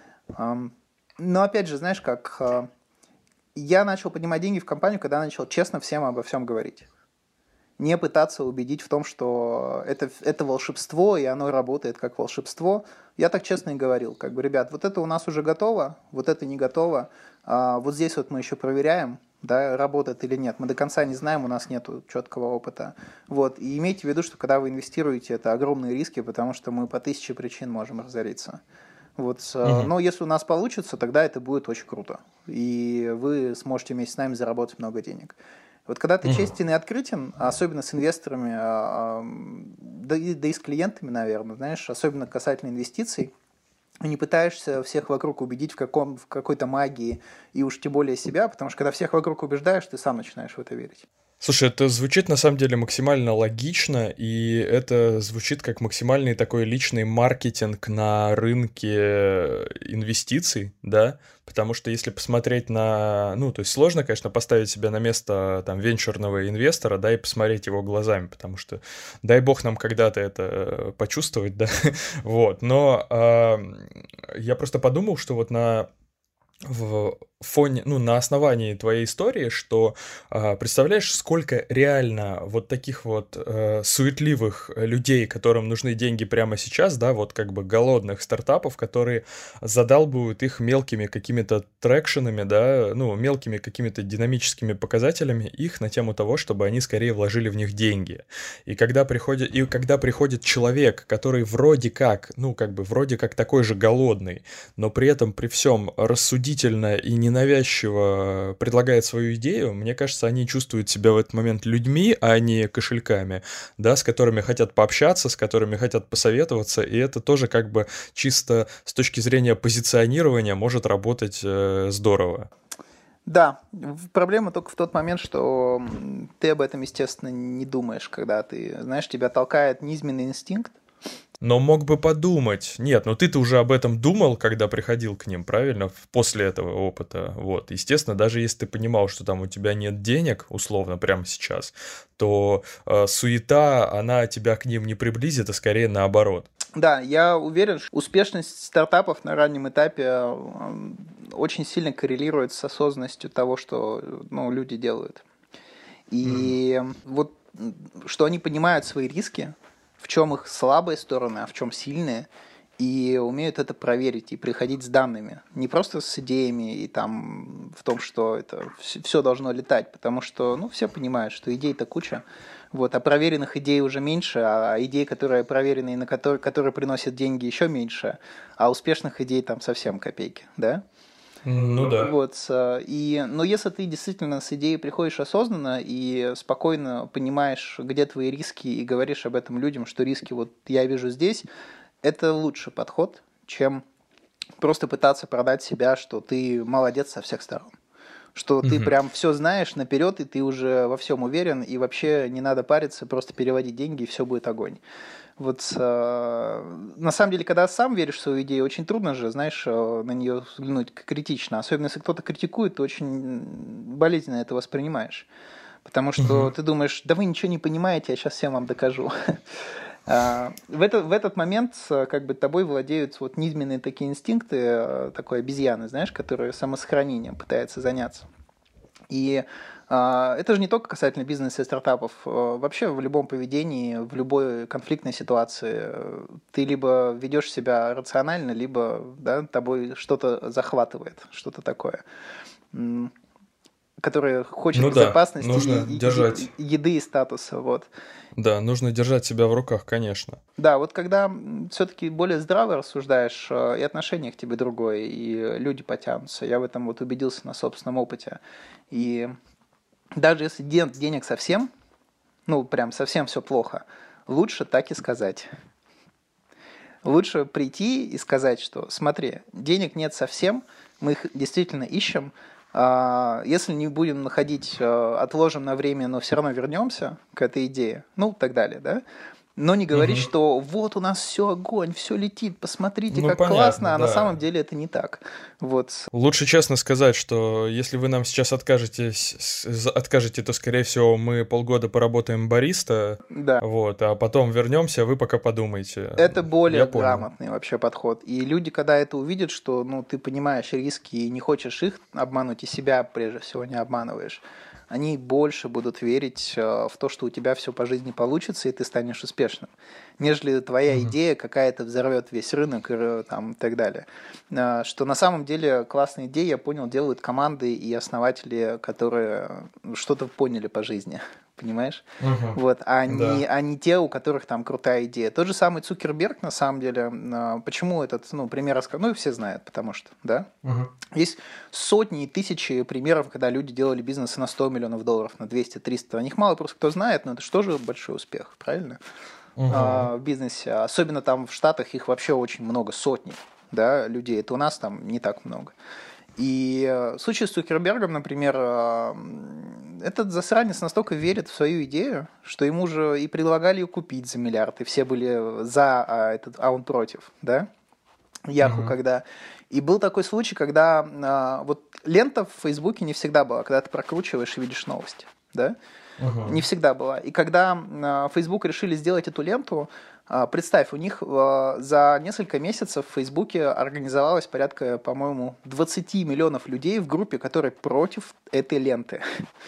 Но опять же, знаешь, как э, я начал поднимать деньги в компанию, когда начал честно всем обо всем говорить. Не пытаться убедить в том, что это, это волшебство, и оно работает как волшебство. Я так честно и говорил, как бы, ребят, вот это у нас уже готово, вот это не готово, а вот здесь вот мы еще проверяем, да, работает или нет. Мы до конца не знаем, у нас нет четкого опыта. Вот. И имейте в виду, что когда вы инвестируете, это огромные риски, потому что мы по тысяче причин можем разориться. Вот, mm-hmm. Но если у нас получится, тогда это будет очень круто. И вы сможете вместе с нами заработать много денег. Вот когда ты mm-hmm. честен и открытен, особенно с инвесторами, да и, да и с клиентами, наверное, знаешь, особенно касательно инвестиций, не пытаешься всех вокруг убедить в, каком, в какой-то магии, и уж тем более себя, потому что когда всех вокруг убеждаешь, ты сам начинаешь в это верить. Слушай, это звучит на самом деле максимально логично, и это звучит как максимальный такой личный маркетинг на рынке инвестиций, да, потому что если посмотреть на, ну, то есть сложно, конечно, поставить себя на место там венчурного инвестора, да, и посмотреть его глазами, потому что дай бог нам когда-то это почувствовать, да, вот, но э, я просто подумал, что вот на в фоне, ну, на основании твоей истории, что э, представляешь, сколько реально вот таких вот э, суетливых людей, которым нужны деньги прямо сейчас, да, вот как бы голодных стартапов, которые задалбывают их мелкими какими-то трекшенами, да, ну, мелкими какими-то динамическими показателями их на тему того, чтобы они скорее вложили в них деньги. И когда приходит, и когда приходит человек, который вроде как, ну, как бы вроде как такой же голодный, но при этом при всем рассудительно и ненавязчиво предлагает свою идею, мне кажется, они чувствуют себя в этот момент людьми, а не кошельками, да, с которыми хотят пообщаться, с которыми хотят посоветоваться, и это тоже как бы чисто с точки зрения позиционирования может работать э, здорово. Да, проблема только в тот момент, что ты об этом, естественно, не думаешь, когда ты, знаешь, тебя толкает низменный инстинкт, но мог бы подумать. Нет, ну ты-то уже об этом думал, когда приходил к ним, правильно? После этого опыта. Вот. Естественно, даже если ты понимал, что там у тебя нет денег, условно, прямо сейчас, то э, суета, она тебя к ним не приблизит, а скорее наоборот. Да, я уверен, что успешность стартапов на раннем этапе э, очень сильно коррелирует с осознанностью того, что ну, люди делают. И mm. вот что они понимают свои риски, в чем их слабые стороны, а в чем сильные, и умеют это проверить и приходить с данными. Не просто с идеями и там в том, что это все должно летать, потому что ну, все понимают, что идей-то куча, вот, а проверенных идей уже меньше, а идей, которые проверены и на которые, которые приносят деньги, еще меньше, а успешных идей там совсем копейки, да? Ну да. Вот, и, но если ты действительно с идеей приходишь осознанно и спокойно понимаешь, где твои риски, и говоришь об этом людям, что риски вот я вижу здесь, это лучший подход, чем просто пытаться продать себя, что ты молодец со всех сторон. Что угу. ты прям все знаешь наперед, и ты уже во всем уверен, и вообще не надо париться, просто переводить деньги, и все будет огонь. Вот э, на самом деле, когда сам веришь в свою идею, очень трудно же, знаешь, э, на нее взглянуть критично. Особенно если кто-то критикует, ты очень болезненно это воспринимаешь. Потому что угу. ты думаешь, да вы ничего не понимаете, я сейчас всем вам докажу. В этот, в этот момент как бы тобой владеют вот низменные такие инстинкты, такой обезьяны, знаешь, которые самосохранением пытаются заняться. И а, это же не только касательно бизнеса и стартапов. Вообще в любом поведении, в любой конфликтной ситуации ты либо ведешь себя рационально, либо да, тобой что-то захватывает, что-то такое, которое хочет ну безопасности да, нужно и, держать. И, еды и статуса. Вот. Да, нужно держать себя в руках, конечно. Да, вот когда все-таки более здраво рассуждаешь, и отношение к тебе другое, и люди потянутся. Я в этом вот убедился на собственном опыте. И даже если нет денег совсем, ну, прям совсем все плохо, лучше так и сказать. Лучше прийти и сказать, что смотри, денег нет совсем, мы их действительно ищем. Если не будем находить, отложим на время, но все равно вернемся к этой идее, ну, так далее, да? Но не говорить, угу. что вот у нас все огонь, все летит, посмотрите, ну, как понятно, классно, а да. на самом деле это не так. Вот. Лучше честно сказать, что если вы нам сейчас откажете, откажете, то, скорее всего, мы полгода поработаем бариста, да. вот, а потом вернемся, вы пока подумайте. Это более грамотный вообще подход. И люди, когда это увидят, что ну, ты понимаешь риски и не хочешь их обмануть, и себя прежде всего не обманываешь, они больше будут верить в то, что у тебя все по жизни получится, и ты станешь успешным, нежели твоя mm-hmm. идея какая-то взорвет весь рынок и, там, и так далее. Что на самом деле классные идеи, я понял, делают команды и основатели, которые что-то поняли по жизни. Понимаешь? Uh-huh. Вот, а, да. не, а не те, у которых там крутая идея. Тот же самый Цукерберг, на самом деле, почему этот ну, пример рассказал? Ну, и все знают, потому что, да? Uh-huh. Есть сотни и тысячи примеров, когда люди делали бизнесы на сто миллионов долларов, на двести триста. О них мало просто кто знает, но это же тоже большой успех, правильно? Uh-huh. А, в бизнесе. Особенно там в Штатах их вообще очень много, сотни, да, людей. Это у нас там не так много. И в случае с Цукербергом, например, этот засранец настолько верит в свою идею, что ему же и предлагали ее купить за миллиард, и все были за, а, этот, а он против, да? Яху, uh-huh. когда... И был такой случай, когда а, вот лента в Фейсбуке не всегда была, когда ты прокручиваешь и видишь новости, да? Uh-huh. Не всегда была. И когда а, Facebook решили сделать эту ленту, а, представь, у них а, за несколько месяцев в Фейсбуке организовалось порядка, по-моему, двадцать миллионов людей в группе, которые против этой ленты.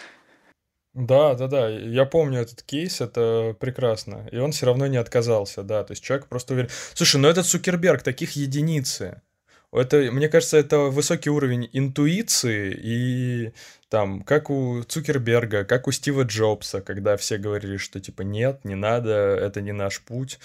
Да, да, да, я помню этот кейс, это прекрасно. И он все равно не отказался, да. То есть человек просто уверен. Слушай, ну этот Цукерберг, таких единицы. Это, мне кажется, это высокий уровень интуиции, и там, как у Цукерберга, как у Стива Джобса, когда все говорили, что типа нет, не надо, это не наш путь.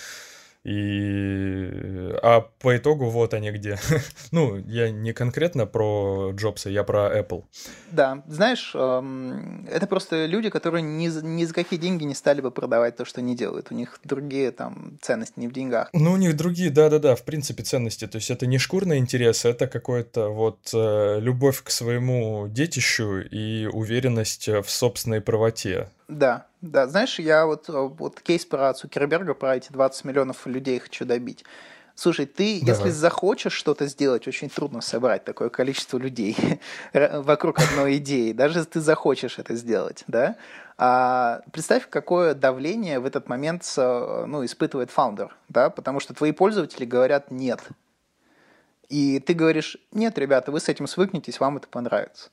И... А по итогу вот они где. Ну, я не конкретно про Джобса, я про Apple. Да, знаешь, это просто люди, которые ни, ни за какие деньги не стали бы продавать то, что они делают. У них другие там ценности, не в деньгах. Ну, у них другие, да-да-да, в принципе, ценности. То есть это не шкурный интерес, это какое-то вот любовь к своему детищу и уверенность в собственной правоте. Да, Да, знаешь, я вот, вот кейс про Цукерберга, про эти двадцать миллионов людей хочу добить. Слушай, ты, если Давай. захочешь что-то сделать, очень трудно собрать такое количество людей вокруг одной идеи, даже если ты захочешь это сделать, да? А представь, какое давление в этот момент ну, испытывает фаундер, да? Потому что твои пользователи говорят «нет». И ты говоришь «нет, ребята, вы с этим свыкнетесь, вам это понравится».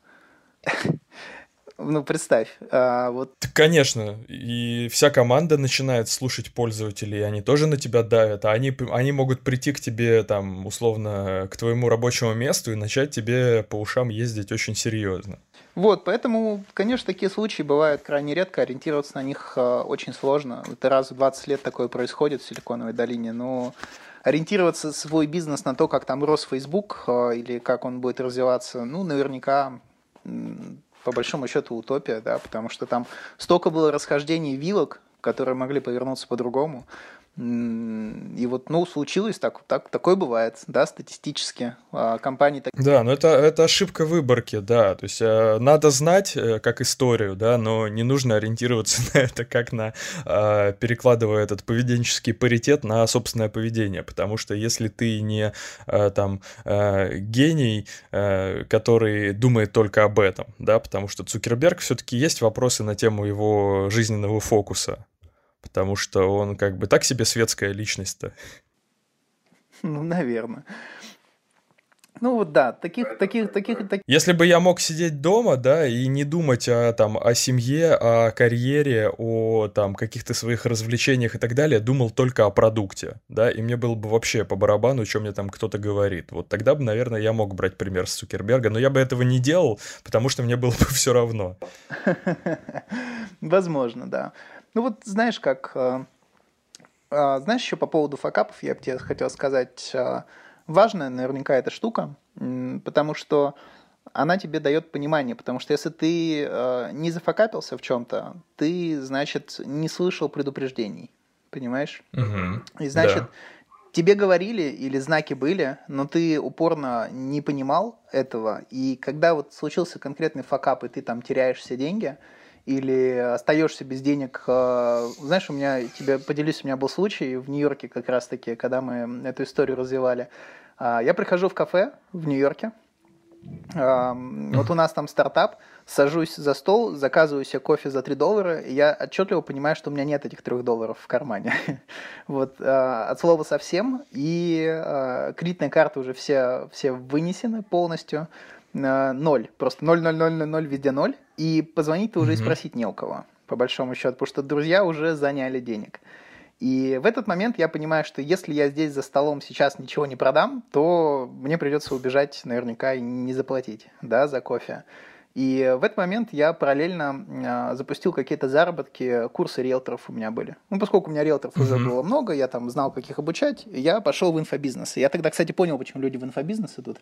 Ну, представь, а, вот. Конечно, и вся команда начинает слушать пользователей, и они тоже на тебя давят, а они, они могут прийти к тебе, там, условно, к твоему рабочему месту и начать тебе по ушам ездить очень серьезно. Вот, поэтому, конечно, такие случаи бывают крайне редко, ориентироваться на них э, очень сложно. Это раз в двадцать лет такое происходит в Силиконовой долине, но ориентироваться свой бизнес на то, как там рос Facebook э, или как он будет развиваться, ну, наверняка... по большому счету утопия, да, потому что там столько было расхождений вилок, которые могли повернуться по-другому. И вот, ну, случилось так, так такое бывает, да, статистически. А, компании так... Да, но это, это ошибка выборки, да, то есть э, надо знать э, как историю, да, но не нужно ориентироваться на это как на, э, перекладывая этот поведенческий паритет на собственное поведение, потому что если ты не э, там э, гений, э, который думает только об этом, да, потому что Цукерберг все-таки есть вопросы на тему его жизненного фокуса. Потому что он как бы так себе светская личность-то. Ну, наверное. Ну вот да, таких, таких, таких, таких... Если бы я мог сидеть дома, да, и не думать о, там, о семье, о карьере, о там, каких-то своих развлечениях и так далее, думал только о продукте, да, и мне было бы вообще по барабану, что мне там кто-то говорит. Вот тогда бы, наверное, я мог брать пример с Цукерберга, но я бы этого не делал, потому что мне было бы все равно. Возможно, да. Ну вот знаешь как, э, э, знаешь еще по поводу факапов, я бы тебе хотел сказать, э, важная наверняка эта штука, э, потому что она тебе дает понимание, потому что если ты э, не зафакапился в чем-то, ты, значит, не слышал предупреждений, понимаешь? Угу. И значит, Да. тебе говорили или знаки были, но ты упорно не понимал этого, и когда вот случился конкретный факап, и ты там теряешь все деньги, или остаешься без денег. Знаешь, у меня, тебе поделюсь, у меня был случай в Нью-Йорке как раз-таки, когда мы эту историю развивали. Я прихожу в кафе в Нью-Йорке, вот у нас там стартап, сажусь за стол, заказываю себе кофе за три доллара, и я отчетливо понимаю, что у меня нет этих трех долларов в кармане. Вот, от слова совсем, и кредитные карты уже все, все вынесены полностью. Ноль, просто ноль, ноль, ноль, ноль, ноль, везде ноль, и позвонить-то уже и спросить не у кого, по большому счету, потому что друзья уже заняли денег. И в этот момент я понимаю, что если я здесь за столом сейчас ничего не продам, то мне придется убежать наверняка и не заплатить, да, за кофе. И в этот момент я параллельно э, запустил какие-то заработки, курсы риэлторов у меня были. Ну, поскольку у меня риэлторов uh-huh. уже было много, я там знал, как их обучать, я пошел в инфобизнес. И я тогда, кстати, понял, почему люди в инфобизнес идут.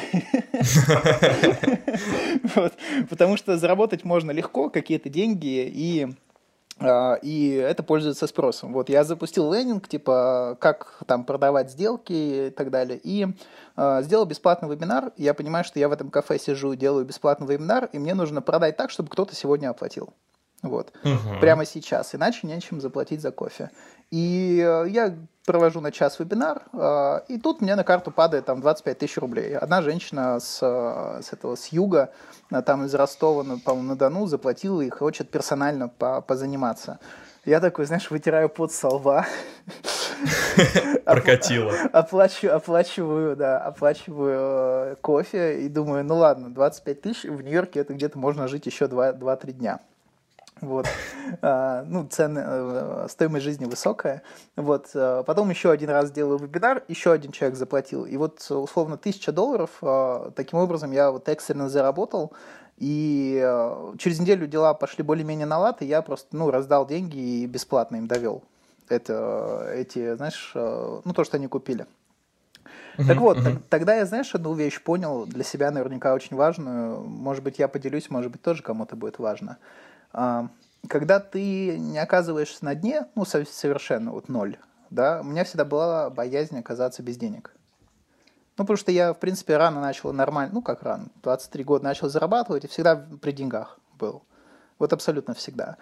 Потому что заработать можно легко, какие-то деньги, и... и это пользуется спросом. Вот я запустил лендинг, типа, как там продавать сделки и так далее, и э, сделал бесплатный вебинар. Я понимаю, что я в этом кафе сижу, делаю бесплатный вебинар, и мне нужно продать так, чтобы кто-то сегодня оплатил. Вот. Угу. Прямо сейчас, иначе нечем заплатить за кофе. И э, я провожу на час вебинар, э, и тут мне на карту падает там двадцать пять тысяч рублей. Одна женщина с, с, этого, с юга, там из Ростова, по-моему, на Дону, заплатила и хочет персонально по- позаниматься. Я такой, знаешь, вытираю пот со лба. Прокатило. Оплачиваю, оплачиваю, да, оплачиваю кофе и думаю, ну ладно, двадцать пять тысяч, в Нью-Йорке это где-то можно жить еще два-три дня. Вот. А, ну, цены, стоимость жизни высокая. Вот. Потом еще один раз делаю вебинар, еще один человек заплатил. И вот, условно, тысяча долларов. Таким образом, я вот экстренно заработал. И через неделю дела пошли более-менее на лад, и я просто, ну, раздал деньги и бесплатно им довел. Это, эти, знаешь, ну, то, что они купили. Uh-huh, так вот, uh-huh. тогда я, знаешь, одну вещь понял для себя наверняка очень важную. Может быть, я поделюсь, может быть, тоже кому-то будет важно. Когда ты не оказываешься на дне, ну, совершенно вот ноль, да, у меня всегда была боязнь оказаться без денег. Ну, потому что я, в принципе, рано начал нормально, ну, как рано, двадцать три года начал зарабатывать и всегда при деньгах был. Вот абсолютно всегда.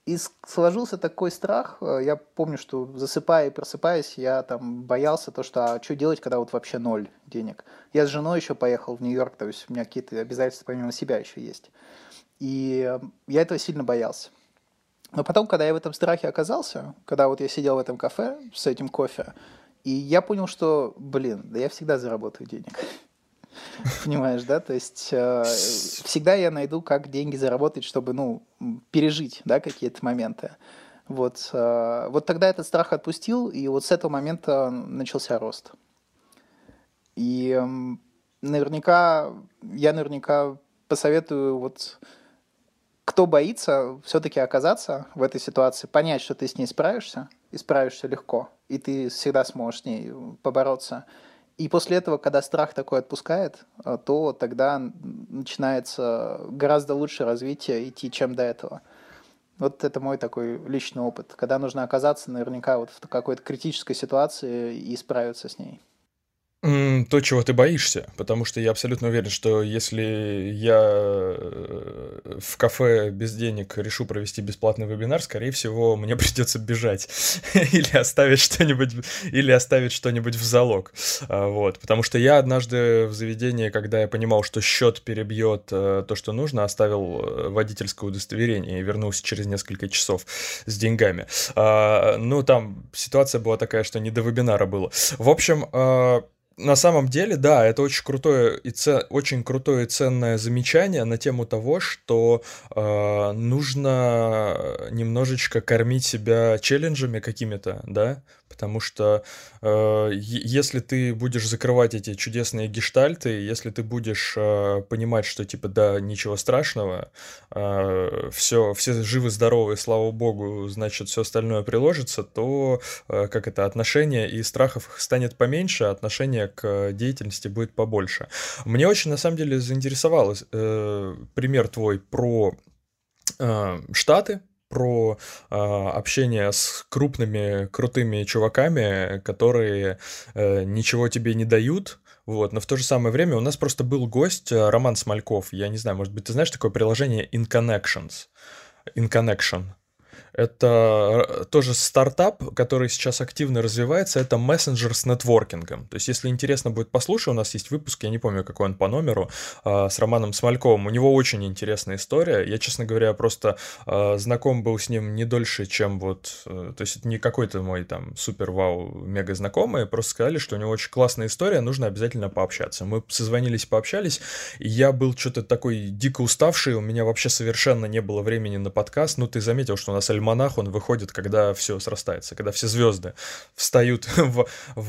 и сложился такой страх. Я помню, что засыпая и просыпаясь, я там боялся то, что а что делать, когда вот вообще ноль денег. Я с женой еще поехал в Нью-Йорк, то есть у меня какие-то обязательства помимо себя еще есть. И я этого сильно боялся. Но потом, когда я в этом страхе оказался, когда вот я сидел в этом кафе с этим кофе, и я понял, что, блин, да я всегда заработаю денег. Понимаешь, да? То есть э, всегда я найду, как деньги заработать, чтобы, ну, пережить, да, какие-то моменты. Вот, э, вот тогда этот страх отпустил, и вот с этого момента начался рост. И э, наверняка, я наверняка посоветую вот... Кто боится все-таки оказаться в этой ситуации, понять, что ты с ней справишься, и справишься легко, и ты всегда сможешь с ней побороться. И после этого, когда страх такой отпускает, то тогда начинается гораздо лучше развитие идти, чем до этого. Вот это мой такой личный опыт. Когда нужно оказаться наверняка вот в какой-то критической ситуации и справиться с ней. То, чего ты боишься, потому что я абсолютно уверен, что если я в кафе без денег решу провести бесплатный вебинар, скорее всего, мне придется бежать или оставить что-нибудь, или оставить что-нибудь в залог. Вот. Потому что я однажды в заведении, когда я понимал, что счет перебьет то, что нужно, оставил водительское удостоверение и вернулся через несколько часов с деньгами. Ну, там ситуация была такая, что не до вебинара было. В общем, на самом деле, да, это очень крутое и, ц... очень крутое и ценное замечание на тему того, что э, нужно немножечко кормить себя челленджами какими-то, да, потому что э, если ты будешь закрывать эти чудесные гештальты, если ты будешь э, понимать, что типа да, ничего страшного, э, все, все живы-здоровы, слава богу, значит, все остальное приложится, то э, как это, отношения и страхов станет поменьше, а отношения к деятельности будет побольше. Мне очень, на самом деле, заинтересовал э, пример твой про э, Штаты, про э, общение с крупными, крутыми чуваками, которые э, ничего тебе не дают. Вот, но в то же самое время у нас просто был гость Роман Смольков. Я не знаю, может быть, ты знаешь такое приложение InConnections? InConnection. Это тоже стартап, который сейчас активно развивается, это мессенджер с нетворкингом. То есть, если интересно будет, послушай, у нас есть выпуск, я не помню, какой он по номеру, с Романом Смольковым. У него очень интересная история. Я, честно говоря, просто знаком был с ним не дольше, чем вот... То есть, это не какой-то мой там супер-вау-мега знакомый, просто сказали, что у него очень классная история, нужно обязательно пообщаться. Мы созвонились, пообщались, и я был что-то такой дико уставший, у меня вообще совершенно не было времени на подкаст. Ну, ты заметил, что у нас альманах, он выходит, когда все срастается, когда все звезды встают в,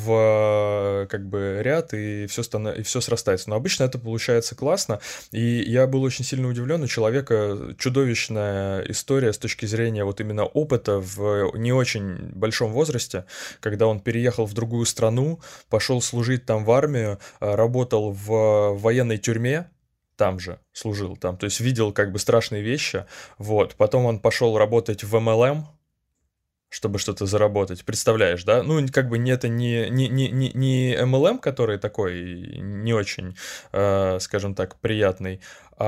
в как бы ряд, и все, станов... и все срастается. Но обычно это получается классно, и я был очень сильно удивлен. У человека чудовищная история с точки зрения вот именно опыта в не очень большом возрасте, когда он переехал в другую страну, пошел служить там в армию, работал в военной тюрьме, там же служил, там, то есть видел как бы страшные вещи, вот, потом он пошел работать в эм эл эм, чтобы что-то заработать, представляешь, да, ну, как бы это не, не, не, не, не эм эл эм, который такой не очень, э, скажем так, приятный,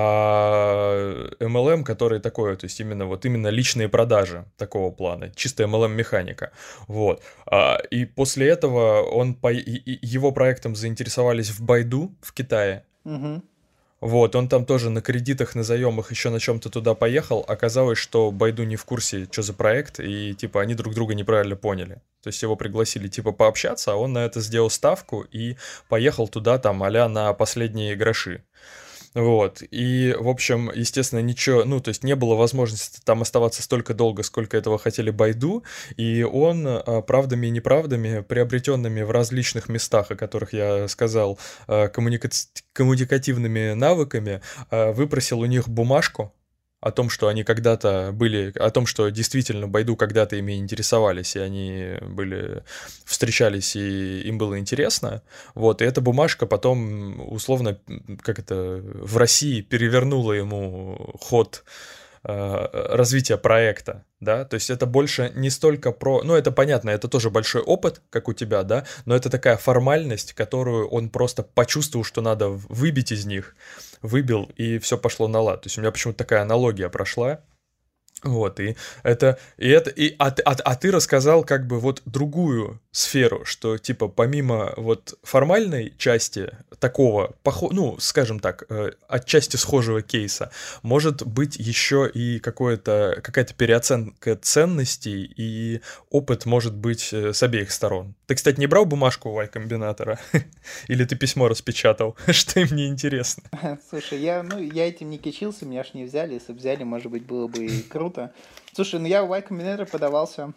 а эм эл эм, который такой, то есть именно вот именно личные продажи такого плана, чисто эм эл эм-механика, вот, а, и после этого он, по, и, его проектом заинтересовались в Байду в Китае, Угу. Вот, он там тоже на кредитах, на заемах еще на чем-то туда поехал. Оказалось, что Байду не в курсе, что за проект, и типа они друг друга неправильно поняли. То есть его пригласили типа пообщаться, а он на это сделал ставку и поехал туда там а-ля на последние гроши. Вот, и, в общем, естественно, ничего, ну, то есть не было возможности там оставаться столько долго, сколько этого хотели Байду, и он правдами и неправдами, приобретенными в различных местах, о которых я сказал, коммуника... коммуникативными навыками, выпросил у них бумажку о том, что они когда-то были, о том, что действительно Байду когда-то ими интересовались, и они были, встречались, и им было интересно, вот, и эта бумажка потом, условно, как это, в России перевернула ему ход развития проекта, да, то есть это больше не столько про, ну, это понятно, это тоже большой опыт, как у тебя, да, но это такая формальность, которую он просто почувствовал, что надо выбить из них, выбил, и все пошло на лад. То есть у меня почему-то такая аналогия прошла. Вот, и это, и это, и, а, ты- а, а ты рассказал как бы вот другую сферу, что типа помимо вот формальной части такого, похо- ну, скажем так, э, отчасти схожего кейса, может быть еще и какое-то, какая-то переоценка ценностей, и опыт может быть э, с обеих сторон. Ты, кстати, не брал бумажку у Y-комбинатора? Или ты письмо распечатал? Что им не интересно? Слушай, я, ну, я этим не кичился, меня ж не взяли. Если бы взяли, может быть, было бы и круто. Слушай, ну я в Y Combinator подавался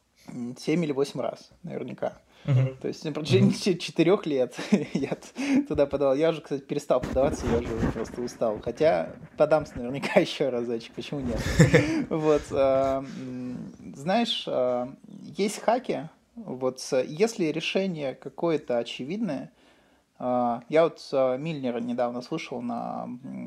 м, семь или восемь раз, наверняка. Мгм. То есть на протяжении четырех лет я т- туда подавал. Я уже, кстати, перестал подаваться, я уже просто устал. Хотя подамся наверняка еще разочек, почему нет? Вот, а, м, знаешь, а, есть хаки. Вот, с- если решение какое-то очевидное, а, я вот а, Мильнера недавно слышал на,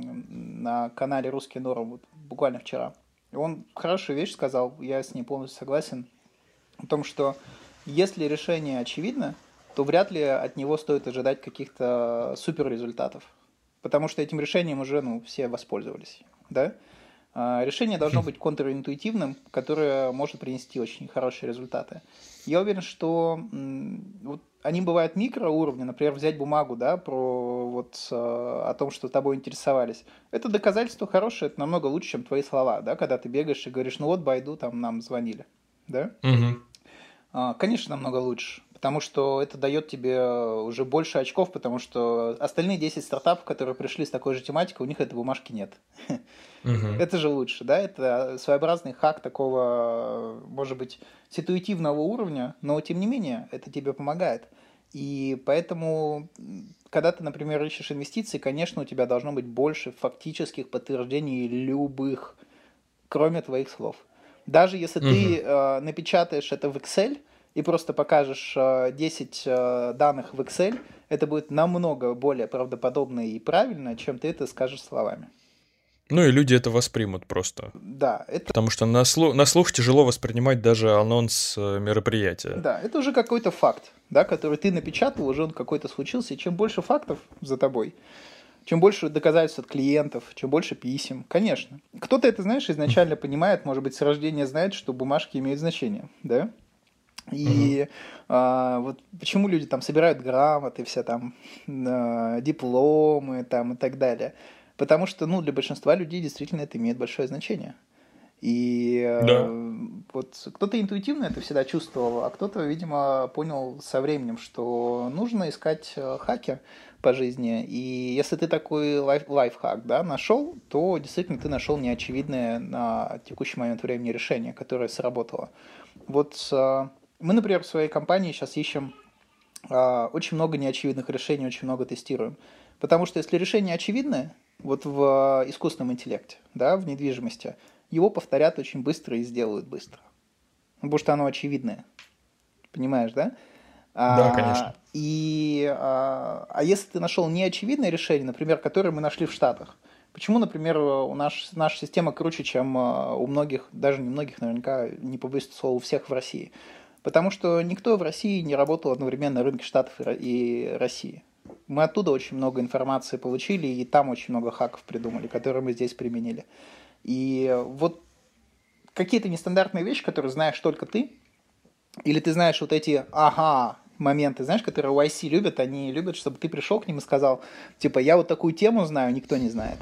м, на канале «Русский Норм», вот буквально вчера. И он хорошую вещь сказал, я с ней полностью согласен, о том, что если решение очевидно, то вряд ли от него стоит ожидать каких-то супер результатов. Потому что этим решением уже ну, все воспользовались. Да? А, Решение должно быть контринтуитивным, которое может принести очень хорошие результаты. Я уверен, что м, вот они бывают микроуровня, например, взять бумагу, да, про вот э, о том, что тобой интересовались. Это доказательство хорошее, это намного лучше, чем твои слова, да, когда ты бегаешь и говоришь, ну вот Байду там нам звонили, да. Мгм. А, Конечно, намного лучше, потому что это дает тебе уже больше очков, потому что остальные десять стартапов, которые пришли с такой же тематикой, у них этой бумажки нет. Мгм. Это же лучше, да? Это своеобразный хак такого, может быть, ситуативного уровня, но тем не менее это тебе помогает. И поэтому, м, когда ты, например, ищешь инвестиции, конечно, у тебя должно быть больше фактических подтверждений любых, кроме твоих слов. Даже если Мгм. ты э, напечатаешь это в Excel и просто покажешь э, десять э, данных в Excel, это будет намного более правдоподобно и правильно, чем ты это скажешь словами. Ну и люди это воспримут просто. Да, это Потому что на слух, на слух тяжело воспринимать даже анонс э, мероприятия. Да, это уже какой-то факт, да, который ты напечатал, уже он какой-то случился, и чем больше фактов за тобой, чем больше доказательств от клиентов, чем больше писем, конечно. Кто-то это, знаешь, изначально понимает, может быть, с рождения знает, что бумажки имеют значение, да? Мгм. И а, вот почему люди там собирают грамоты, все там а, дипломы там и так далее. Потому что, ну, для большинства людей действительно это имеет большое значение. И Да. э, вот кто-то интуитивно это всегда чувствовал, а кто-то, видимо, понял со временем, что нужно искать э, хаки по жизни. И если ты такой лайф, лайфхак, да, нашел, то действительно ты нашел неочевидное на текущий момент времени решение, которое сработало. Вот э, мы, например, в своей компании сейчас ищем э, очень много неочевидных решений, очень много тестируем. Потому что если решение очевидное, вот в искусственном интеллекте, да, в недвижимости, его повторят очень быстро и сделают быстро. Ну, потому что оно очевидное. Понимаешь, да? Да, конечно. А, и, а, а если ты нашел неочевидное решение, например, которое мы нашли в Штатах, почему, например, у нас, наша система круче, чем а, у многих, даже не многих, наверняка, не побоюсь слова, у всех в России? Потому что никто в России не работал одновременно на рынке Штатов и Ро- и России. Мы оттуда очень много информации получили, и там очень много хаков придумали, которые мы здесь применили. И вот какие-то нестандартные вещи, которые знаешь только ты, или ты знаешь вот эти ага моменты, знаешь, которые Y C любят, они любят, чтобы ты пришел к ним и сказал, типа, я вот такую тему знаю, никто не знает.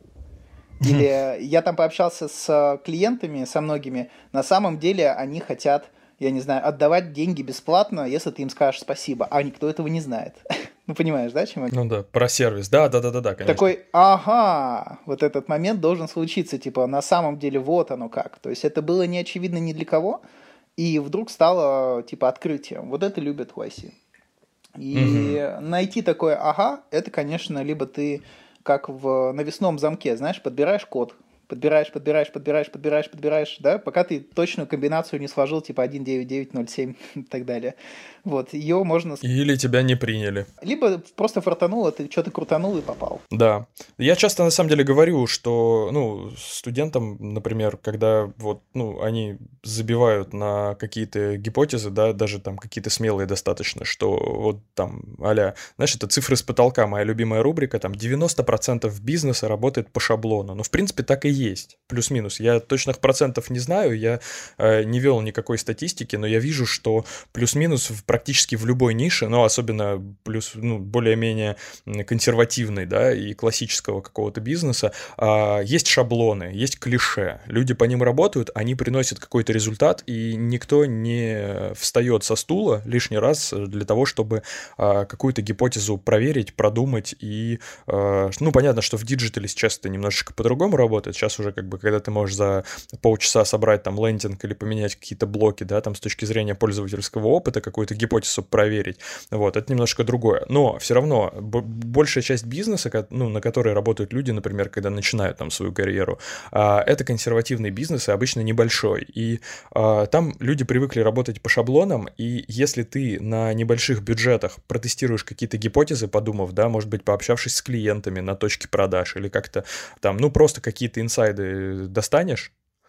Или я там пообщался с клиентами, со многими, на самом деле они хотят, я не знаю, отдавать деньги бесплатно, если ты им скажешь спасибо, а никто этого не знает. Ну, понимаешь, да, чем я Ну да, про сервис. Да, да, да, да, да, конечно. такой, ага, вот этот момент должен случиться, типа, на самом деле вот оно как. То есть это было не очевидно ни для кого, и вдруг стало, типа, открытием. Вот это любят Y C. Мгм. И найти такое ага, это, конечно, либо ты как в навесном замке, знаешь, подбираешь код, подбираешь, подбираешь, подбираешь, подбираешь, подбираешь, да, пока ты точную комбинацию не сложил, типа один девять девять ноль семь и так далее. Вот, ее можно... Или тебя не приняли. Либо просто фартануло, ты что-то крутанул и попал. Да. Я часто на самом деле говорю, что, ну, студентам, например, когда вот, ну, они забивают на какие-то гипотезы, да, даже там какие-то смелые достаточно, что вот там, а-ля, знаешь, это цифры с потолка, моя любимая рубрика, там девяносто процентов бизнеса работает по шаблону. Ну, в принципе, так и есть. Плюс-минус. Я точных процентов не знаю, я э, не вел никакой статистики, но я вижу, что плюс-минус в, практически в любой нише, но особенно плюс, ну, более-менее консервативной, да, и классического какого-то бизнеса, э, есть шаблоны, есть клише. Люди по ним работают, они приносят какой-то результат, и никто не встает со стула лишний раз для того, чтобы э, какую-то гипотезу проверить, продумать. И, э, ну, понятно, что в диджитале сейчас это немножечко по-другому работает. Сейчас уже как бы когда ты можешь за полчаса собрать там лендинг или поменять какие-то блоки, да, там с точки зрения пользовательского опыта, какую-то гипотезу проверить, вот, это немножко другое. Но все равно б- большая часть бизнеса, ну, на которой работают люди, например, когда начинают там свою карьеру, а, это консервативный бизнес и обычно небольшой. И а, там люди привыкли работать по шаблонам, и если ты на небольших бюджетах протестируешь какие-то гипотезы, подумав, да, может быть, пообщавшись с клиентами на точке продаж или как-то там, ну, просто какие-то инсайды достанешь,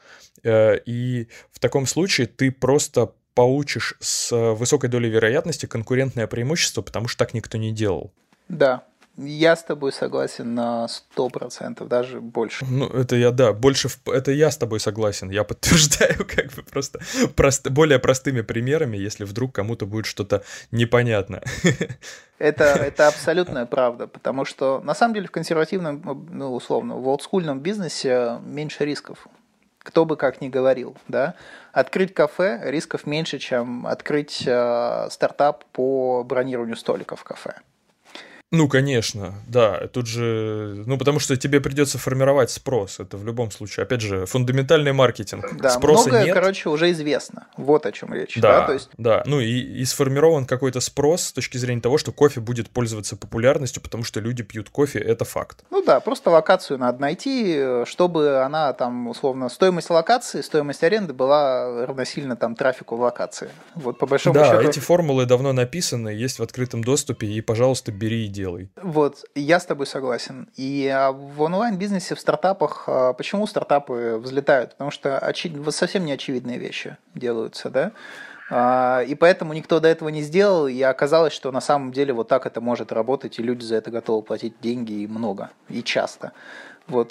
и в таком случае ты просто получишь с высокой долей вероятности конкурентное преимущество, потому что так никто не делал. Да, я с тобой согласен на сто процентов, даже больше. Ну, это я, да, больше, в... это я с тобой согласен, я подтверждаю как бы просто прост... более простыми примерами, если вдруг кому-то будет что-то непонятно. Это, это абсолютная правда, потому что на самом деле в консервативном, ну, условно, в олдскульном бизнесе меньше рисков. Кто бы как ни говорил, да. Открыть кафе рисков меньше, чем открыть э, стартап по бронированию столиков в кафе. Ну, конечно, да, тут же, ну, потому что тебе придется формировать спрос, это в любом случае, опять же, фундаментальный маркетинг, да, спроса многое, нет. короче, уже известно, вот о чем речь, да, да, то есть... да, ну и, и сформирован какой-то спрос с точки зрения того, что кофе будет пользоваться популярностью, потому что люди пьют кофе, это факт. Ну да, просто локацию надо найти, чтобы она там, условно, стоимость локации, стоимость аренды была равносильно там трафику в локации, вот по большому да, счету... эти формулы давно написаны, есть в открытом доступе, и, пожалуйста, бери и делай. Вот, я с тобой согласен. И в онлайн-бизнесе, в стартапах, почему стартапы взлетают? Потому что очи... совсем неочевидные вещи делаются, да? И поэтому никто до этого не сделал, и оказалось, что на самом деле вот так это может работать, и люди за это готовы платить деньги, и много, и часто. Вот,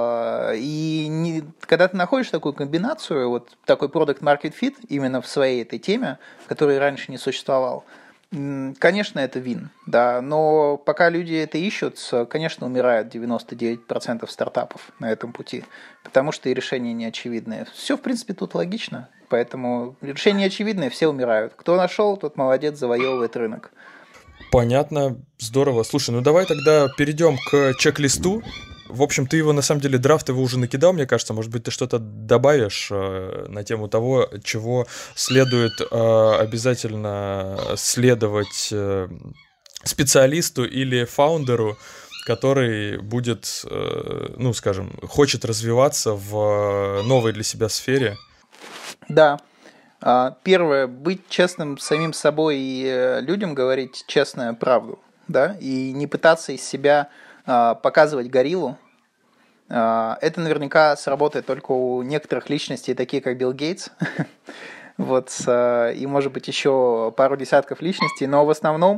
и не, когда ты находишь такую комбинацию, вот такой product market fit именно в своей этой теме, который раньше не существовал, конечно, это вин, да, но пока люди это ищут, конечно, умирают девяносто девять процентов стартапов на этом пути, потому что и решения не очевидные. Все, в принципе, тут логично, поэтому решения очевидные, все умирают. Кто нашел, тот молодец, завоевывает рынок. Понятно, здорово. Слушай, ну давай тогда перейдем к чек-листу. В общем, ты его, на самом деле, драфт его уже накидал, мне кажется. Может быть, ты что-то добавишь э, на тему того, чего следует э, обязательно следовать э, специалисту или фаундеру, который будет, э, ну, скажем, хочет развиваться в новой для себя сфере. Да. Первое, быть честным самим собой и людям говорить честную правду, да, и не пытаться из себя показывать гориллу. Это наверняка сработает только у некоторых личностей, такие как Билл Гейтс, вот, и, может быть, еще пару десятков личностей, но в основном,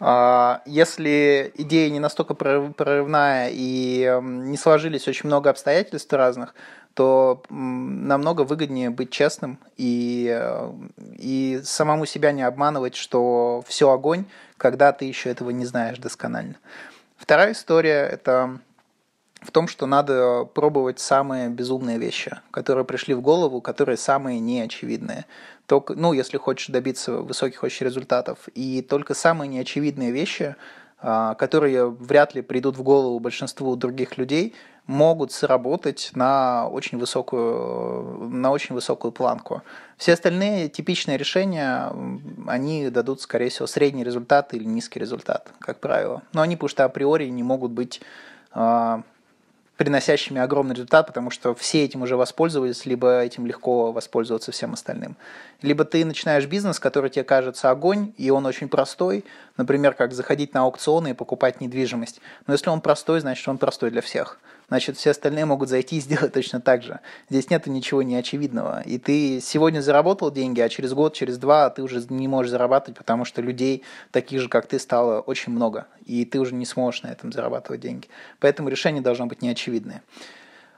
если идея не настолько прорывная и не сложились очень много обстоятельств разных, то намного выгоднее быть честным и, и самому себя не обманывать, что все огонь, когда ты еще этого не знаешь досконально. Вторая история – это в том, что надо пробовать самые безумные вещи, которые пришли в голову, которые самые неочевидные. Только, ну, если хочешь добиться высоких очень результатов. И только самые неочевидные вещи, которые вряд ли придут в голову большинству других людей, могут сработать на очень высокую, на очень высокую планку. Все остальные типичные решения, они дадут, скорее всего, средний результат или низкий результат, как правило. Но они, потому что априори не могут быть э, приносящими огромный результат, потому что все этим уже воспользовались, либо этим легко воспользоваться всем остальным. Либо ты начинаешь бизнес, который тебе кажется огонь, и он очень простой, например, как заходить на аукционы и покупать недвижимость. Но если он простой, значит, он простой для всех. Значит, все остальные могут зайти и сделать точно так же. Здесь нет ничего неочевидного. И ты сегодня заработал деньги, а через год, через два ты уже не можешь зарабатывать, потому что людей, таких же, как ты, стало очень много. И ты уже не сможешь на этом зарабатывать деньги. Поэтому решение должно быть неочевидное.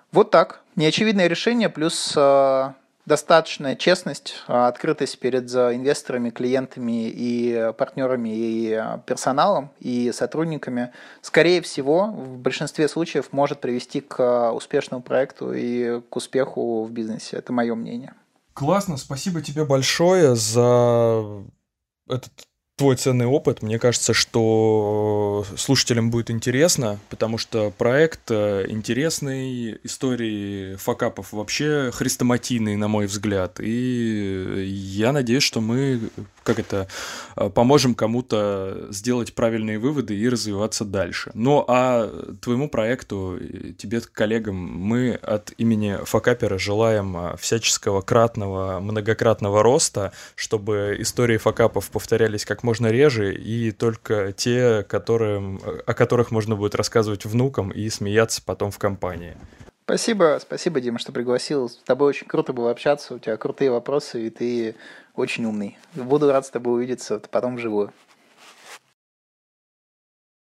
Вот так. Неочевидное решение плюс э, достаточная честность, э, открытость перед э, инвесторами, клиентами и партнерами, и э, персоналом, и сотрудниками, скорее всего, в большинстве случаев может привести к э, успешному проекту и к успеху в бизнесе. Это мое мнение. Классно, спасибо тебе большое за этот твой ценный опыт. Мне кажется, что слушателям будет интересно, потому что проект интересный, истории факапов вообще хрестоматийные, на мой взгляд. И я надеюсь, что мы, как это, поможем кому-то сделать правильные выводы и развиваться дальше. Ну, а твоему проекту, тебе, коллегам, мы от имени Факапера желаем всяческого кратного, многократного роста, чтобы истории факапов повторялись как можно можно реже, и только те, которым, о которых можно будет рассказывать внукам и смеяться потом в компании. Спасибо, спасибо, Дима, что пригласил. С тобой очень круто было общаться, у тебя крутые вопросы, и ты очень умный. Буду рад с тобой увидеться потом вживую.